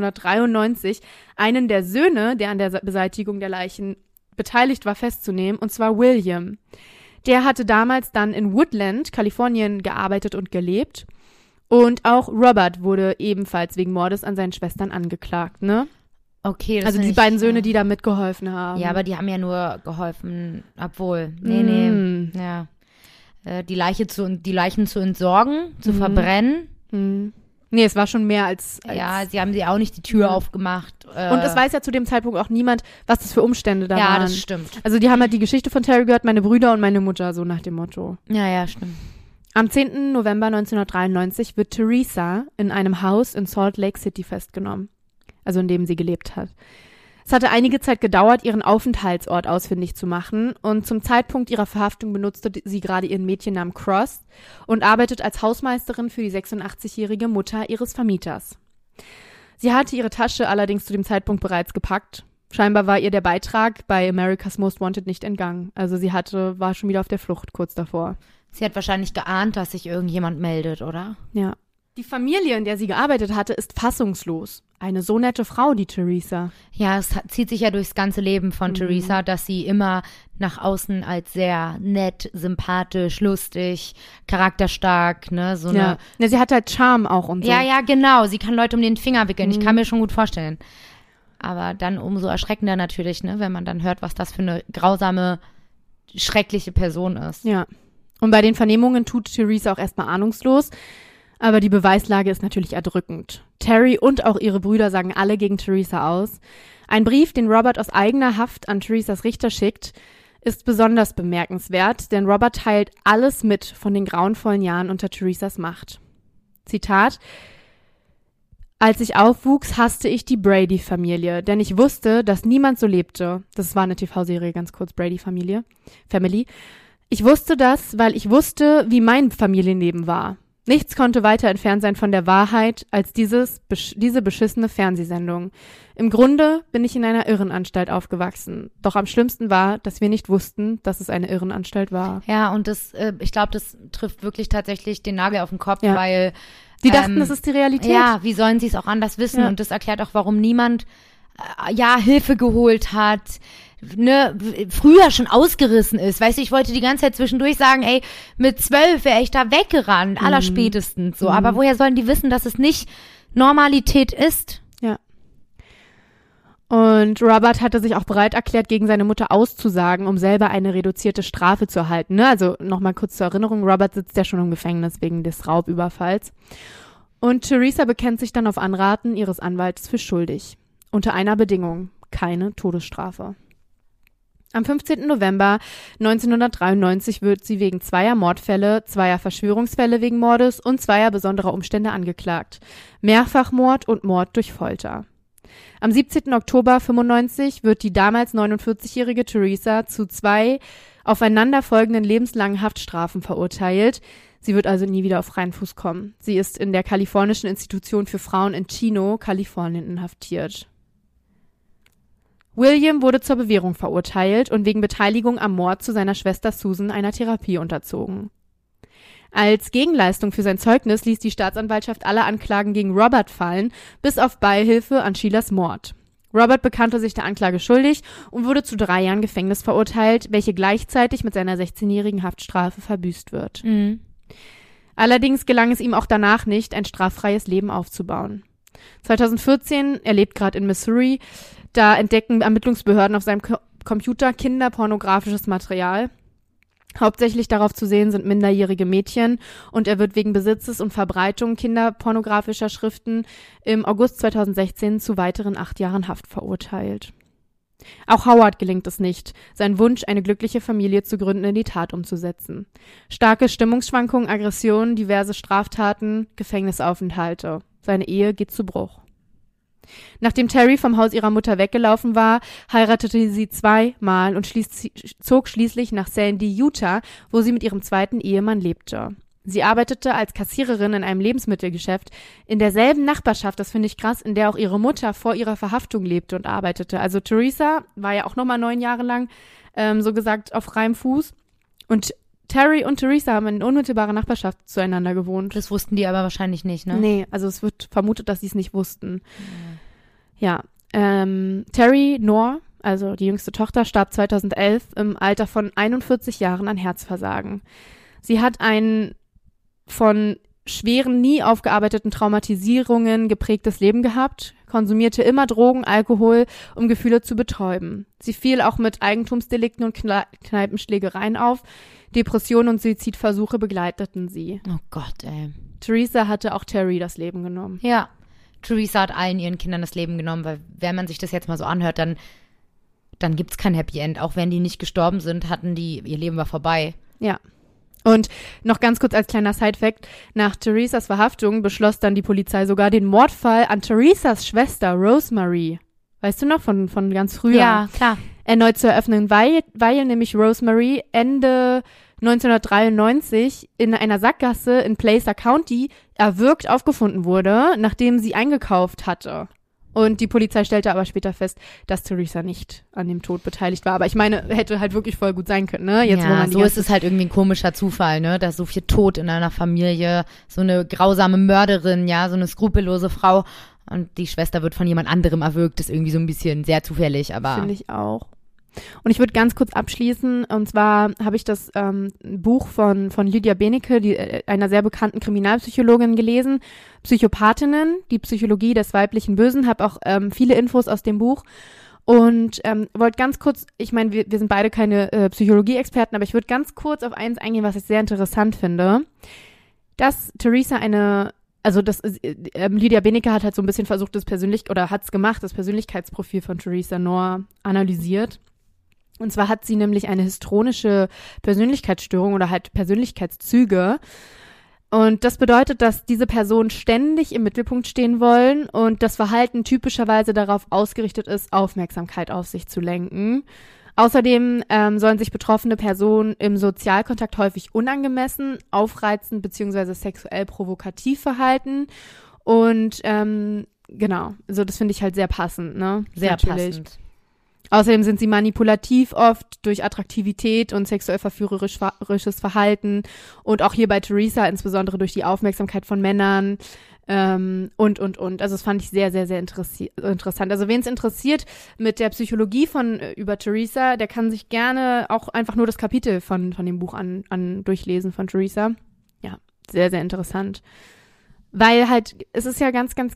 1993 einen der Söhne, der an der Beseitigung der Leichen beteiligt war, festzunehmen, und zwar William. Der hatte damals dann in Woodland, Kalifornien, gearbeitet und gelebt. Und auch Robert wurde ebenfalls wegen Mordes an seinen Schwestern angeklagt, ne? Okay, das Also die beiden Söhne, die da mitgeholfen haben. Ja, aber die haben ja nur geholfen, obwohl. Nee. Ja. Die Leichen zu entsorgen, zu verbrennen. Nee, es war schon mehr als ja, sie haben sie auch nicht die Tür aufgemacht. Und es weiß ja zu dem Zeitpunkt auch niemand, was das für Umstände da waren. Ja, das stimmt. Also die haben halt die Geschichte von Terry gehört, meine Brüder und meine Mutter, so nach dem Motto. Ja, stimmt. Am 10. November 1993 wird Teresa in einem Haus in Salt Lake City festgenommen, also in dem sie gelebt hat. Es hatte einige Zeit gedauert, ihren Aufenthaltsort ausfindig zu machen, und zum Zeitpunkt ihrer Verhaftung benutzte sie gerade ihren Mädchennamen Cross und arbeitet als Hausmeisterin für die 86-jährige Mutter ihres Vermieters. Sie hatte ihre Tasche allerdings zu dem Zeitpunkt bereits gepackt. Scheinbar war ihr der Beitrag bei America's Most Wanted nicht entgangen. Also sie war schon wieder auf der Flucht kurz davor. Sie hat wahrscheinlich geahnt, dass sich irgendjemand meldet, oder? Ja. Die Familie, in der sie gearbeitet hatte, ist fassungslos. Eine so nette Frau, die Teresa. Ja, es zieht sich ja durchs ganze Leben von Teresa, dass sie immer nach außen als sehr nett, sympathisch, lustig, charakterstark, ne, so eine. Ja, sie hat halt Charme auch und so. Ja, genau. Sie kann Leute um den Finger wickeln. Ich kann mir schon gut vorstellen. Aber dann umso erschreckender natürlich, ne, wenn man dann hört, was das für eine grausame, schreckliche Person ist. Ja. Und bei den Vernehmungen tut Teresa auch erstmal ahnungslos. Aber die Beweislage ist natürlich erdrückend. Terry und auch ihre Brüder sagen alle gegen Teresa aus. Ein Brief, den Robert aus eigener Haft an Teresas Richter schickt, ist besonders bemerkenswert, denn Robert teilt alles mit von den grauenvollen Jahren unter Teresas Macht. Zitat: Als ich aufwuchs, hasste ich die Brady-Familie, denn ich wusste, dass niemand so lebte. Das war eine TV-Serie, ganz kurz, Brady-Family. Ich wusste das, weil ich wusste, wie mein Familienleben war. Nichts konnte weiter entfernt sein von der Wahrheit als diese beschissene Fernsehsendung. Im Grunde bin ich in einer Irrenanstalt aufgewachsen. Doch am schlimmsten war, dass wir nicht wussten, dass es eine Irrenanstalt war. Ja, und ich glaube, das trifft wirklich tatsächlich den Nagel auf den Kopf, weil die dachten, das ist die Realität. Ja, wie sollen sie es auch anders wissen? Ja. Und das erklärt auch, warum niemand Hilfe geholt hat, ne, früher schon ausgerissen ist. Weißt du, ich wollte die ganze Zeit zwischendurch sagen, ey, mit 12 wäre ich da weggerannt, allerspätestens so. Aber woher sollen die wissen, dass es nicht Normalität ist? Ja. Und Robert hatte sich auch bereit erklärt, gegen seine Mutter auszusagen, um selber eine reduzierte Strafe zu erhalten. Ne? Also nochmal kurz zur Erinnerung, Robert sitzt ja schon im Gefängnis wegen des Raubüberfalls. Und Teresa bekennt sich dann auf Anraten ihres Anwalts für schuldig. Unter einer Bedingung, keine Todesstrafe. Am 15. November 1993 wird sie wegen 2 Mordfälle, 2 Verschwörungsfälle wegen Mordes und 2 besonderer Umstände angeklagt. Mehrfachmord und Mord durch Folter. Am 17. Oktober 1995 wird die damals 49-jährige Teresa zu 2 aufeinanderfolgenden lebenslangen Haftstrafen verurteilt. Sie wird also nie wieder auf freien Fuß kommen. Sie ist in der kalifornischen Institution für Frauen in Chino, Kalifornien, inhaftiert. William wurde zur Bewährung verurteilt und wegen Beteiligung am Mord zu seiner Schwester Susan einer Therapie unterzogen. Als Gegenleistung für sein Zeugnis ließ die Staatsanwaltschaft alle Anklagen gegen Robert fallen, bis auf Beihilfe an Sheilas Mord. Robert bekannte sich der Anklage schuldig und wurde zu 3 Jahren Gefängnis verurteilt, welche gleichzeitig mit seiner 16-jährigen Haftstrafe verbüßt wird. Mhm. Allerdings gelang es ihm auch danach nicht, ein straffreies Leben aufzubauen. 2014, er lebt gerade in Missouri, da entdecken Ermittlungsbehörden auf seinem Computer kinderpornografisches Material. Hauptsächlich darauf zu sehen sind minderjährige Mädchen und er wird wegen Besitzes und Verbreitung kinderpornografischer Schriften im August 2016 zu weiteren 8 Jahren Haft verurteilt. Auch Howard gelingt es nicht, seinen Wunsch, eine glückliche Familie zu gründen, in die Tat umzusetzen. Starke Stimmungsschwankungen, Aggressionen, diverse Straftaten, Gefängnisaufenthalte. Seine Ehe geht zu Bruch. Nachdem Terry vom Haus ihrer Mutter weggelaufen war, heiratete sie 2 Mal und zog schließlich nach Sandy, Utah, wo sie mit ihrem 2. Ehemann lebte. Sie arbeitete als Kassiererin in einem Lebensmittelgeschäft in derselben Nachbarschaft, das finde ich krass, in der auch ihre Mutter vor ihrer Verhaftung lebte und arbeitete. Also Teresa war ja auch nochmal 9 Jahre lang, so gesagt, auf freiem Fuß. Und Terry und Teresa haben in unmittelbarer Nachbarschaft zueinander gewohnt. Das wussten die aber wahrscheinlich nicht, ne? Nee, also es wird vermutet, dass sie es nicht wussten. Ja, Terry Knorr, also die jüngste Tochter, starb 2011 im Alter von 41 Jahren an Herzversagen. Sie hat ein von schweren, nie aufgearbeiteten Traumatisierungen geprägtes Leben gehabt, konsumierte immer Drogen, Alkohol, um Gefühle zu betäuben. Sie fiel auch mit Eigentumsdelikten und Kneipenschlägereien auf. Depressionen und Suizidversuche begleiteten sie. Oh Gott, ey. Teresa hatte auch Terry das Leben genommen. Ja, Teresa hat allen ihren Kindern das Leben genommen, weil wenn man sich das jetzt mal so anhört, dann gibt's kein Happy End. Auch wenn die nicht gestorben sind, ihr Leben war vorbei. Ja. Und noch ganz kurz als kleiner Side-Fact, nach Teresas Verhaftung beschloss dann die Polizei sogar den Mordfall an Teresas Schwester Rosemary, weißt du noch, von ganz früher, ja, klar, erneut zu eröffnen, weil nämlich Rosemary Ende 1993 in einer Sackgasse in Placer County erwürgt aufgefunden wurde, nachdem sie eingekauft hatte. Und die Polizei stellte aber später fest, dass Teresa nicht an dem Tod beteiligt war. Aber ich meine, hätte halt wirklich voll gut sein können, ne? Jetzt, ja, wo man so ist es halt irgendwie ein komischer Zufall, ne? Dass so viel Tod in einer Familie, so eine grausame Mörderin, ja, so eine skrupellose Frau und die Schwester wird von jemand anderem erwürgt, ist irgendwie so ein bisschen sehr zufällig, aber. Finde ich auch. Und ich würde ganz kurz abschließen, und zwar habe ich das Buch von Lydia Benecke, einer sehr bekannten Kriminalpsychologin, gelesen, Psychopathinnen, die Psychologie des weiblichen Bösen, habe auch viele Infos aus dem Buch und wollte ganz kurz, ich meine, wir sind beide keine Psychologie-Experten, aber ich würde ganz kurz auf eins eingehen, was ich sehr interessant finde, dass Teresa Lydia Benecke hat halt so ein bisschen versucht, das Persönlichkeitsprofil von Teresa Knorr analysiert. Und zwar hat sie nämlich eine histrionische Persönlichkeitsstörung oder halt Persönlichkeitszüge. Und das bedeutet, dass diese Personen ständig im Mittelpunkt stehen wollen und das Verhalten typischerweise darauf ausgerichtet ist, Aufmerksamkeit auf sich zu lenken. Außerdem sollen sich betroffene Personen im Sozialkontakt häufig unangemessen, aufreizend bzw. sexuell provokativ verhalten. Und genau, also das finde ich halt sehr passend, ne? Sehr natürlich passend. Außerdem sind sie manipulativ oft durch Attraktivität und sexuell verführerisches Verhalten und auch hier bei Teresa insbesondere durch die Aufmerksamkeit von Männern und. Also das fand ich sehr, sehr, sehr interessant. Also wen es interessiert mit der Psychologie über Teresa, der kann sich gerne auch einfach nur das Kapitel von dem Buch an durchlesen von Teresa. Ja, sehr, sehr interessant. Weil halt, es ist ja ganz, ganz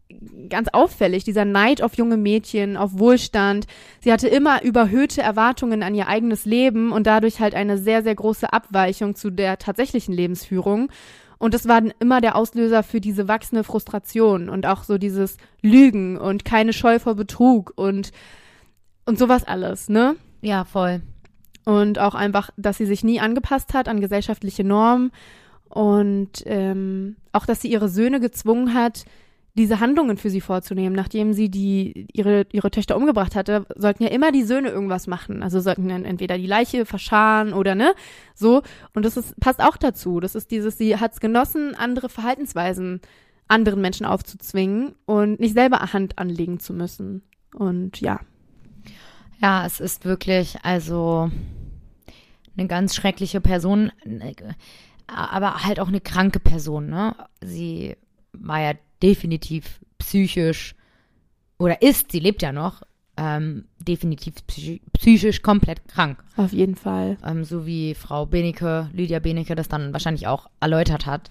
ganz auffällig, dieser Neid auf junge Mädchen, auf Wohlstand. Sie hatte immer überhöhte Erwartungen an ihr eigenes Leben und dadurch halt eine sehr, sehr große Abweichung zu der tatsächlichen Lebensführung. Und das war dann immer der Auslöser für diese wachsende Frustration und auch so dieses Lügen und keine Scheu vor Betrug und sowas alles, ne? Ja, voll. Und auch einfach, dass sie sich nie angepasst hat an gesellschaftliche Normen und auch, dass sie ihre Söhne gezwungen hat, diese Handlungen für sie vorzunehmen. Nachdem sie ihre Töchter umgebracht hatte, sollten ja immer die Söhne irgendwas machen. Also sollten dann entweder die Leiche verscharren oder ne, so. Und passt auch dazu. Das ist sie hat es genossen, andere Verhaltensweisen anderen Menschen aufzuzwingen und nicht selber Hand anlegen zu müssen. Und ja. Ja, es ist wirklich, also eine ganz schreckliche Person, aber halt auch eine kranke Person, ne? Sie war ja definitiv psychisch, oder sie lebt ja noch, definitiv psychisch komplett krank. Auf jeden Fall. So wie Frau Lydia Benecke das dann wahrscheinlich auch erläutert hat.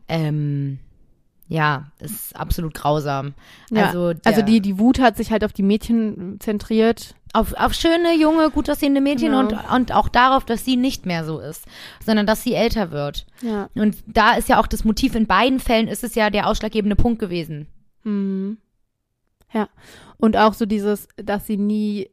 Ja, ist absolut grausam. Ja, Also die Wut hat sich halt auf die Mädchen zentriert. Auf schöne, junge, gut aussehende Mädchen Genau. und auch darauf, dass sie nicht mehr so ist, sondern dass sie älter wird. Ja. Und da ist ja auch das Motiv, in beiden Fällen ist es ja der ausschlaggebende Punkt gewesen. Mhm. Ja. Und auch so dieses, dass sie nie,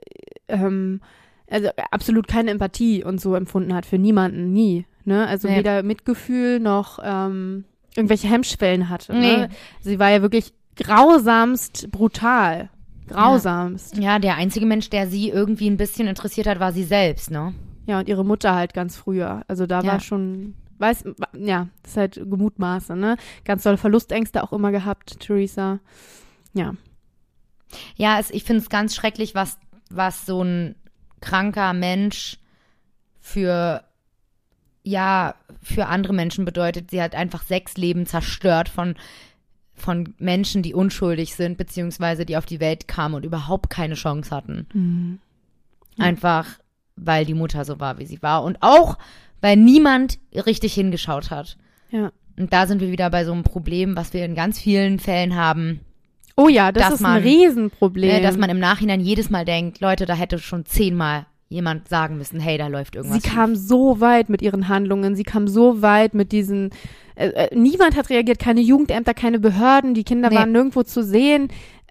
also absolut keine Empathie und so empfunden hat für niemanden, nie. Ne? Also Nee. weder Mitgefühl noch irgendwelche Hemmschwellen hatte. Nee. Ne? Sie war ja wirklich grausamst brutal. Grausamst. Ja, der einzige Mensch, der sie irgendwie ein bisschen interessiert hat, war sie selbst, ne? Ja, und ihre Mutter halt ganz früher. Also da Ja. war schon, das ist halt Gemutmaße, ne? Ganz dolle Verlustängste auch immer gehabt, Theresa. Ja. Ja, ich finde es ganz schrecklich, was so ein kranker Mensch für andere Menschen bedeutet. Sie hat einfach 6 Leben zerstört von Menschen, die unschuldig sind, beziehungsweise die auf die Welt kamen und überhaupt keine Chance hatten. Mhm. Ja. Einfach, weil die Mutter so war, wie sie war. Und auch, weil niemand richtig hingeschaut hat. Ja. Und da sind wir wieder bei so einem Problem, was wir in ganz vielen Fällen haben, Oh ja, das Dass ist man- ein Riesenproblem. dass man im Nachhinein jedes Mal denkt, Leute, da hätte schon 10-mal jemand sagen müssen, hey, da läuft irgendwas Sie kam so weit mit ihren Handlungen, sie kam so weit mit diesen, niemand hat reagiert, keine Jugendämter, keine Behörden, die Kinder Nee. waren nirgendwo zu sehen.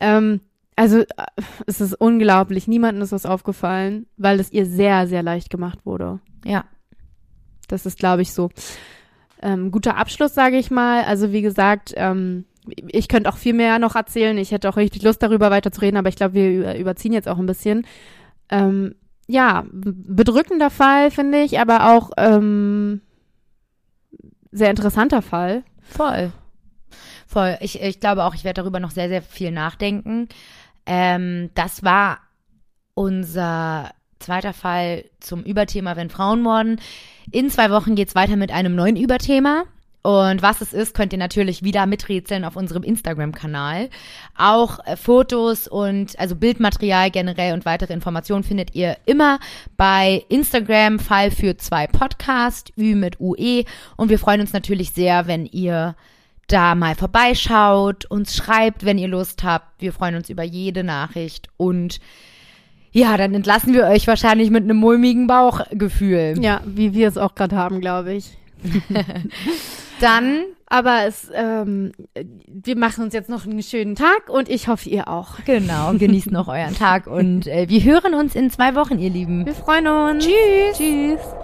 Es ist unglaublich, niemandem ist was aufgefallen, weil es ihr sehr, sehr leicht gemacht wurde. Ja. Das ist, glaube ich, so guter Abschluss, sage ich mal. Also wie gesagt, ich könnte auch viel mehr noch erzählen. Ich hätte auch richtig Lust, darüber weiter zu reden, aber ich glaube, wir überziehen jetzt auch ein bisschen. Ja, bedrückender Fall, finde ich, aber auch sehr interessanter Fall. Voll. Ich glaube auch, ich werde darüber noch sehr, sehr viel nachdenken. Das war unser zweiter Fall zum Überthema, wenn Frauen morden. In 2 Wochen geht's weiter mit einem neuen Überthema. Und was es ist, könnt ihr natürlich wieder miträtseln auf unserem Instagram-Kanal. Auch Fotos und also Bildmaterial generell und weitere Informationen findet ihr immer bei Instagram Fall für 2 Podcast, Ü mit UE. Und wir freuen uns natürlich sehr, wenn ihr da mal vorbeischaut, uns schreibt, wenn ihr Lust habt. Wir freuen uns über jede Nachricht und ja, dann entlassen wir euch wahrscheinlich mit einem mulmigen Bauchgefühl. Ja, wie wir es auch gerade haben, glaube ich. Dann, Aber wir machen uns jetzt noch einen schönen Tag und ich hoffe, ihr auch. genau, genießt noch euren Tag und wir hören uns in 2 Wochen, ihr Lieben. Wir freuen uns. Tschüss. Tschüss.